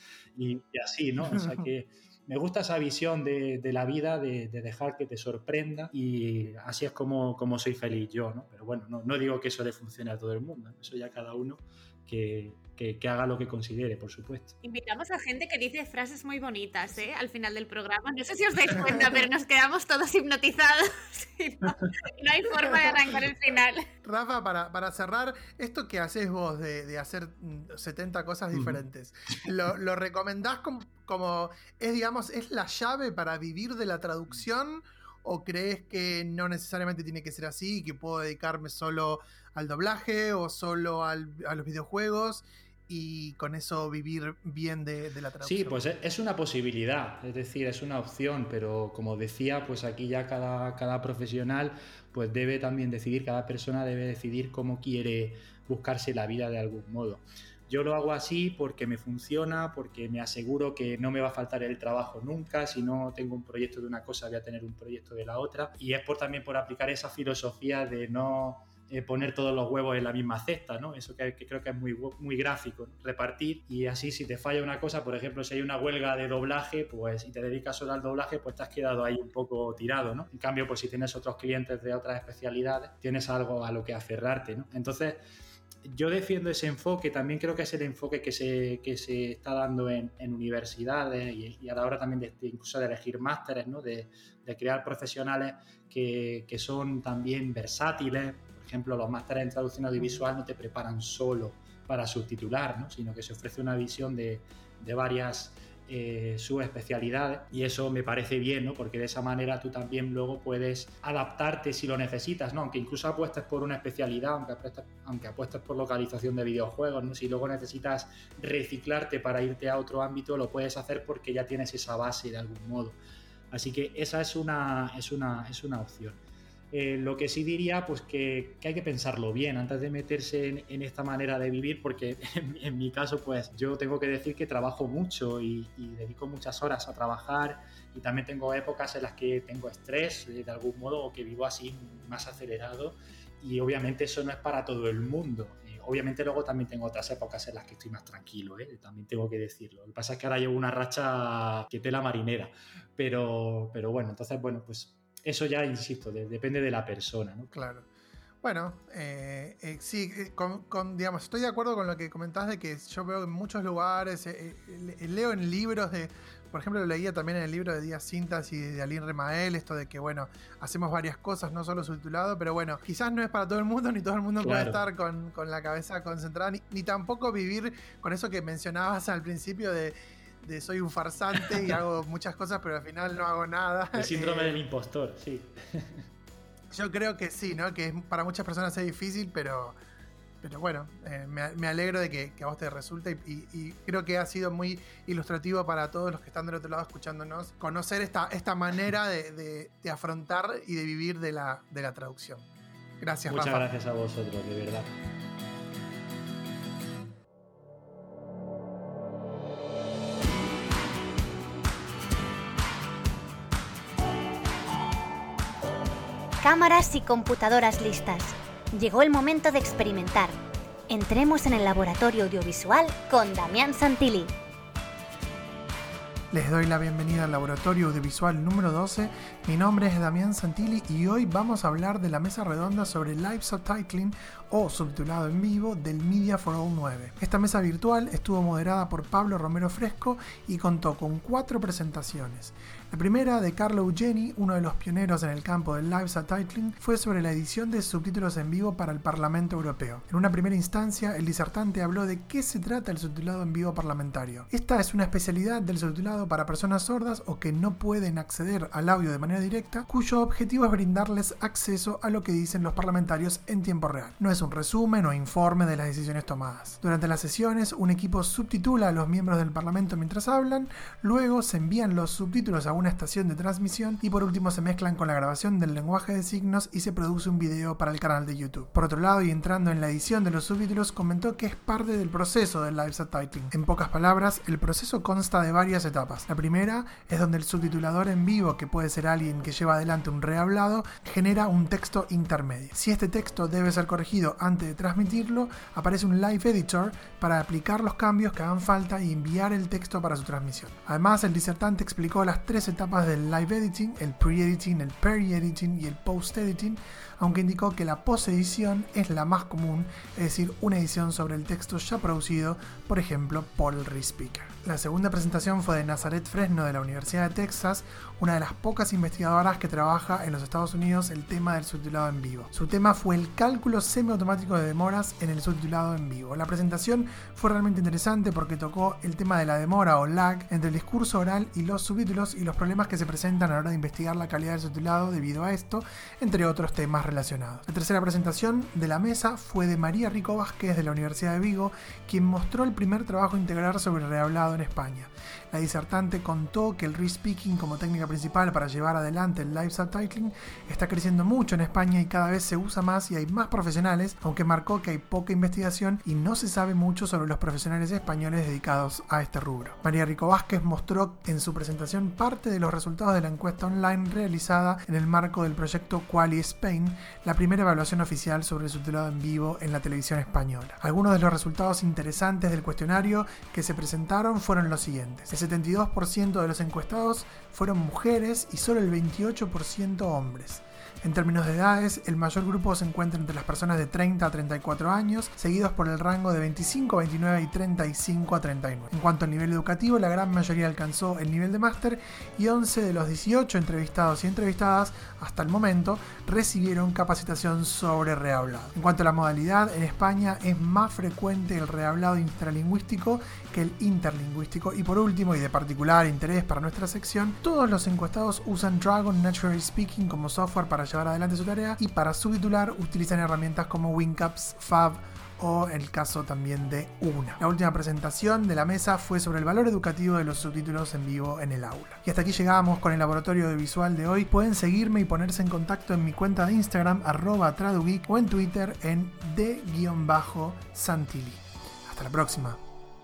y, y así, ¿no? O sea que me gusta esa visión de, de la vida, de, de dejar que te sorprenda, y así es como, como soy feliz yo, ¿no? Pero bueno, no, no digo que eso le funcione a todo el mundo, ¿no? Eso ya cada uno que, que, que haga lo que considere, por supuesto. Invitamos a gente que dice frases muy bonitas, ¿eh? Al final del programa. No sé si os dais cuenta, pero nos quedamos todos hipnotizados. Y no, no hay forma de arrancar el final. Rafa, para, para cerrar, esto que haces vos de, de hacer setenta cosas diferentes, ¿lo, lo recomendás como, como es, digamos, es la llave para vivir de la traducción? ¿O crees que no necesariamente tiene que ser así, que puedo dedicarme solo al doblaje o solo al, a los videojuegos y con eso vivir bien de, de la traducción? Sí, pues es una posibilidad, es decir, es una opción, pero como decía, pues aquí ya cada, cada profesional pues debe también decidir, cada persona debe decidir cómo quiere buscarse la vida de algún modo. Yo lo hago así porque me funciona, porque me aseguro que no me va a faltar el trabajo nunca. Si no tengo un proyecto de una cosa, voy a tener un proyecto de la otra. Y es por, también por aplicar esa filosofía de no eh, poner todos los huevos en la misma cesta, ¿no? Eso que, que creo que es muy, muy gráfico, ¿no? Repartir, y así si te falla una cosa, por ejemplo, si hay una huelga de doblaje, pues si te dedicas solo al doblaje, pues te has quedado ahí un poco tirado, ¿no? En cambio, pues si tienes otros clientes de otras especialidades, tienes algo a lo que aferrarte, ¿no? Entonces, yo defiendo ese enfoque, también creo que es el enfoque que se, que se está dando en, en universidades y, y a la hora también de, de incluso de elegir másteres, ¿no? de, de crear profesionales que, que son también versátiles. Por ejemplo, los másteres en traducción audiovisual no te preparan solo para subtitular, ¿no? Sino que se ofrece una visión de, de varias eh, subespecialidades, y eso me parece bien, ¿no? Porque de esa manera tú también luego puedes adaptarte si lo necesitas, ¿no? Aunque incluso apuestes por una especialidad, aunque apuestes, aunque apuestes por localización de videojuegos, ¿no? Si luego necesitas reciclarte para irte a otro ámbito, lo puedes hacer porque ya tienes esa base de algún modo. Así que esa es una, es una, es una opción. Eh, lo que sí diría, pues que, que hay que pensarlo bien antes de meterse en, en esta manera de vivir, porque en, en mi caso, pues yo tengo que decir que trabajo mucho y, y dedico muchas horas a trabajar, y también tengo épocas en las que tengo estrés de algún modo, o que vivo así más acelerado, y obviamente eso no es para todo el mundo. Eh, obviamente luego también tengo otras épocas en las que estoy más tranquilo, ¿eh? También tengo que decirlo. Lo que pasa es que ahora llevo una racha que tela marinera, pero, pero bueno, entonces bueno, pues eso ya, insisto, de, depende de la persona, ¿no? Claro. Bueno, eh, eh, sí, con, con, digamos, estoy de acuerdo con lo que comentás de que yo veo en muchos lugares, eh, eh, leo en libros de, por ejemplo, lo leía también en el libro de Díaz Cintas y de Aline Remael, esto de que, bueno, hacemos varias cosas, no solo subtitulado, pero bueno, quizás no es para todo el mundo, ni todo el mundo claro. puede estar con, con la cabeza concentrada, ni, ni tampoco vivir con eso que mencionabas al principio de de soy un farsante y hago muchas cosas, pero al final no hago nada. El síndrome eh, del impostor, sí. Yo creo que sí, ¿no? Que para muchas personas es difícil, pero, pero bueno, eh, me, me alegro de que, que a vos te resulte y, y, y creo que ha sido muy ilustrativo para todos los que están del otro lado escuchándonos, conocer esta, esta manera de, de, de afrontar y de vivir de la, de la traducción. Gracias, Muchas Rafa. gracias a vosotros, de verdad. Cámaras y computadoras listas. Llegó el momento de experimentar. Entremos en el laboratorio audiovisual con Damián Santilli. Les doy la bienvenida al laboratorio audiovisual número doce. Mi nombre es Damián Santilli y hoy vamos a hablar de la mesa redonda sobre live subtitling o subtitulado en vivo del Media for All nueve. Esta mesa virtual estuvo moderada por Pablo Romero Fresco y contó con cuatro presentaciones. La primera, de Carlo Eugeni, uno de los pioneros en el campo del live subtitling, fue sobre la edición de subtítulos en vivo para el Parlamento Europeo. En una primera instancia, el disertante habló de qué se trata el subtitulado en vivo parlamentario. Esta es una especialidad del subtitulado para personas sordas o que no pueden acceder al audio de manera directa, cuyo objetivo es brindarles acceso a lo que dicen los parlamentarios en tiempo real. No es un resumen o informe de las decisiones tomadas. Durante las sesiones, un equipo subtitula a los miembros del Parlamento mientras hablan, luego se envían los subtítulos a una estación de transmisión y por último se mezclan con la grabación del lenguaje de signos y se produce un video para el canal de YouTube. Por otro lado, y entrando en la edición de los subtítulos, comentó que es parte del proceso del live subtitling. En pocas palabras, el proceso consta de varias etapas. La primera es donde el subtitulador en vivo, que puede ser alguien que lleva adelante un rehablado, genera un texto intermedio. Si este texto debe ser corregido antes de transmitirlo, aparece un live editor para aplicar los cambios que hagan falta y enviar el texto para su transmisión. Además, el disertante explicó las tres etapas del live editing, el pre-editing, el peri-editing y el post-editing, aunque indicó que la post-edición es la más común, es decir, una edición sobre el texto ya producido, por ejemplo, por el ReSpeaker. La segunda presentación fue de Nazaret Fresno de la Universidad de Texas, una de las pocas investigadoras que trabaja en los Estados Unidos el tema del subtitulado en vivo. Su tema fue el cálculo semiautomático de demoras en el subtitulado en vivo. La presentación fue realmente interesante porque tocó el tema de la demora o lag entre el discurso oral y los subtítulos y los problemas que se presentan a la hora de investigar la calidad del subtitulado debido a esto, entre otros temas relacionados. La tercera presentación de la mesa fue de María Rico Vázquez de la Universidad de Vigo, quien mostró el primer trabajo integral sobre rehablado en España. La disertante contó que el ReSpeaking como técnica principal para llevar adelante el live subtitling está creciendo mucho en España y cada vez se usa más y hay más profesionales, aunque marcó que hay poca investigación y no se sabe mucho sobre los profesionales españoles dedicados a este rubro. María Rico Vázquez mostró en su presentación parte de los resultados de la encuesta online realizada en el marco del proyecto Quali Spain, la primera evaluación oficial sobre el subtitulado en vivo en la televisión española. Algunos de los resultados interesantes del cuestionario que se presentaron fueron los siguientes. El setenta y dos por ciento de los encuestados fueron mujeres y solo el veintiocho por ciento hombres. En términos de edades, el mayor grupo se encuentra entre las personas de treinta a treinta y cuatro años, seguidos por el rango de veinticinco a veintinueve y treinta y cinco a treinta y nueve. En cuanto al nivel educativo, la gran mayoría alcanzó el nivel de máster y once de los dieciocho entrevistados y entrevistadas hasta el momento recibieron capacitación sobre rehablado. En cuanto a la modalidad, en España es más frecuente el rehablado intralingüístico que el interlingüístico y por último, y de particular interés para nuestra sección, todos los encuestados usan Dragon Natural Speaking como software para llevar adelante su tarea y para subtitular utilizan herramientas como WinCaps, Fab o el caso también de Una. La última presentación de la mesa fue sobre el valor educativo de los subtítulos en vivo en el aula. Y hasta aquí llegamos con el laboratorio audiovisual de hoy. Pueden seguirme y ponerse en contacto en mi cuenta de Instagram arroba tradugeek o en Twitter en d-santilli. Hasta la próxima.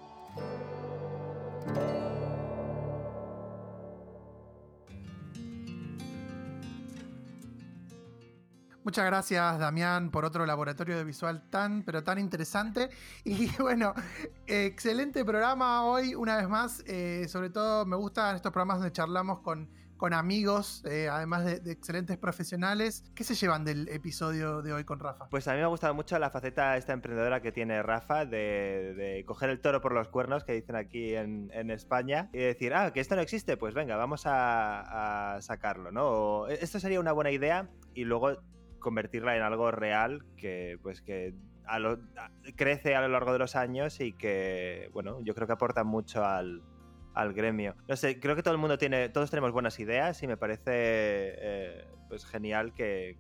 Muchas gracias, Damián, por otro laboratorio audiovisual tan, pero tan interesante. Y bueno, excelente programa hoy, una vez más. Eh, sobre todo me gustan estos programas donde charlamos con, con amigos, eh, además de, de excelentes profesionales. ¿Qué se llevan del episodio de hoy con Rafa? Pues a mí me ha gustado mucho la faceta esta emprendedora que tiene Rafa de, de coger el toro por los cuernos, que dicen aquí en, en España, y decir, ah, que esto no existe, pues venga, vamos a, a sacarlo, ¿no? O, esto sería una buena idea y luego convertirla en algo real que pues que a lo, a, crece a lo largo de los años y que, bueno, yo creo que aporta mucho al, al gremio. No sé, creo que todo el mundo tiene, todos tenemos buenas ideas y me parece eh, pues genial que,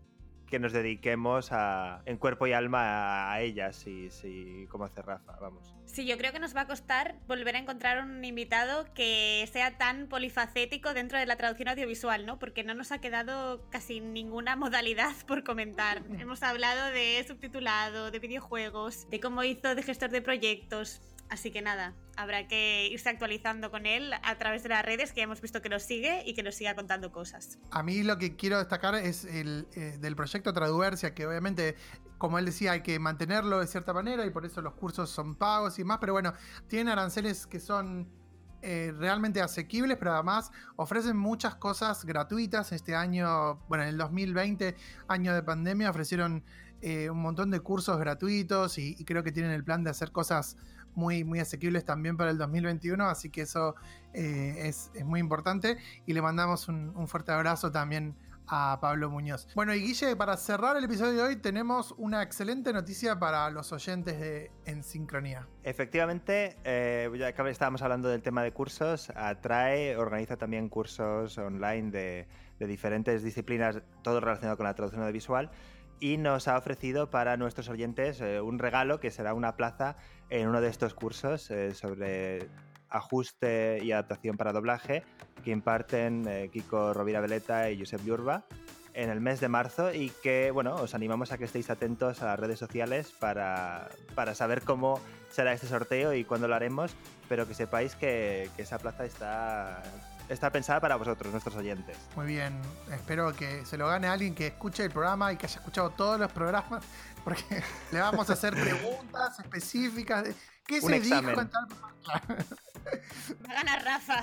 que nos dediquemos a, en cuerpo y alma a, a ellas, sí, sí, como hace Rafa, vamos. Sí, yo creo que nos va a costar volver a encontrar un invitado que sea tan polifacético dentro de la traducción audiovisual, ¿no? Porque no nos ha quedado casi ninguna modalidad por comentar. Hemos hablado de subtitulado, de videojuegos, de cómo hizo de gestor de proyectos. Así que nada, habrá que irse actualizando con él a través de las redes, que ya hemos visto que nos sigue y que nos siga contando cosas. A mí lo que quiero destacar es el eh, del proyecto Traduversia, que obviamente, como él decía, hay que mantenerlo de cierta manera y por eso los cursos son pagos y más, pero bueno, tienen aranceles que son eh, realmente asequibles, pero además ofrecen muchas cosas gratuitas. Este año, bueno, en el dos mil veinte, año de pandemia, ofrecieron eh, un montón de cursos gratuitos y, y creo que tienen el plan de hacer cosas muy, muy asequibles también para el dos mil veintiuno, así que eso eh, es, es muy importante y le mandamos un, un fuerte abrazo también a Pablo Muñoz. Bueno, y Guille, para cerrar el episodio de hoy tenemos una excelente noticia para los oyentes de En Sincronía. Efectivamente, eh, ya que estábamos hablando del tema de cursos, Atrae organiza también cursos online de, de diferentes disciplinas, todo relacionado con la traducción audiovisual, y nos ha ofrecido para nuestros oyentes eh, un regalo que será una plaza en uno de estos cursos eh, sobre ajuste y adaptación para doblaje que imparten eh, Kiko Rovira Veleta y Josep Llurba en el mes de marzo, y que, bueno, os animamos a que estéis atentos a las redes sociales para, para saber cómo será este sorteo y cuándo lo haremos, pero que sepáis que, que esa plaza está... está pensada para vosotros, nuestros oyentes. Muy bien, espero que se lo gane a alguien que escuche el programa y que haya escuchado todos los programas, porque le vamos a hacer preguntas específicas de qué Un se examen. dijo en tal programa. Va a ganar Rafa.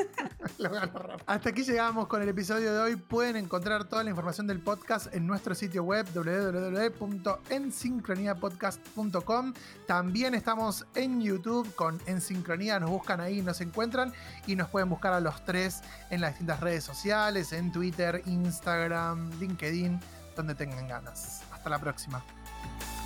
Lo gana Rafa. Hasta aquí llegamos con el episodio de hoy. Pueden encontrar toda la información del podcast en nuestro sitio web doble u doble u doble u punto en sincronía podcast punto com. También estamos en YouTube con En Sincronía. Nos buscan ahí, nos encuentran y nos pueden buscar a los tres en las distintas redes sociales, en Twitter, Instagram, LinkedIn, donde tengan ganas. Hasta la próxima.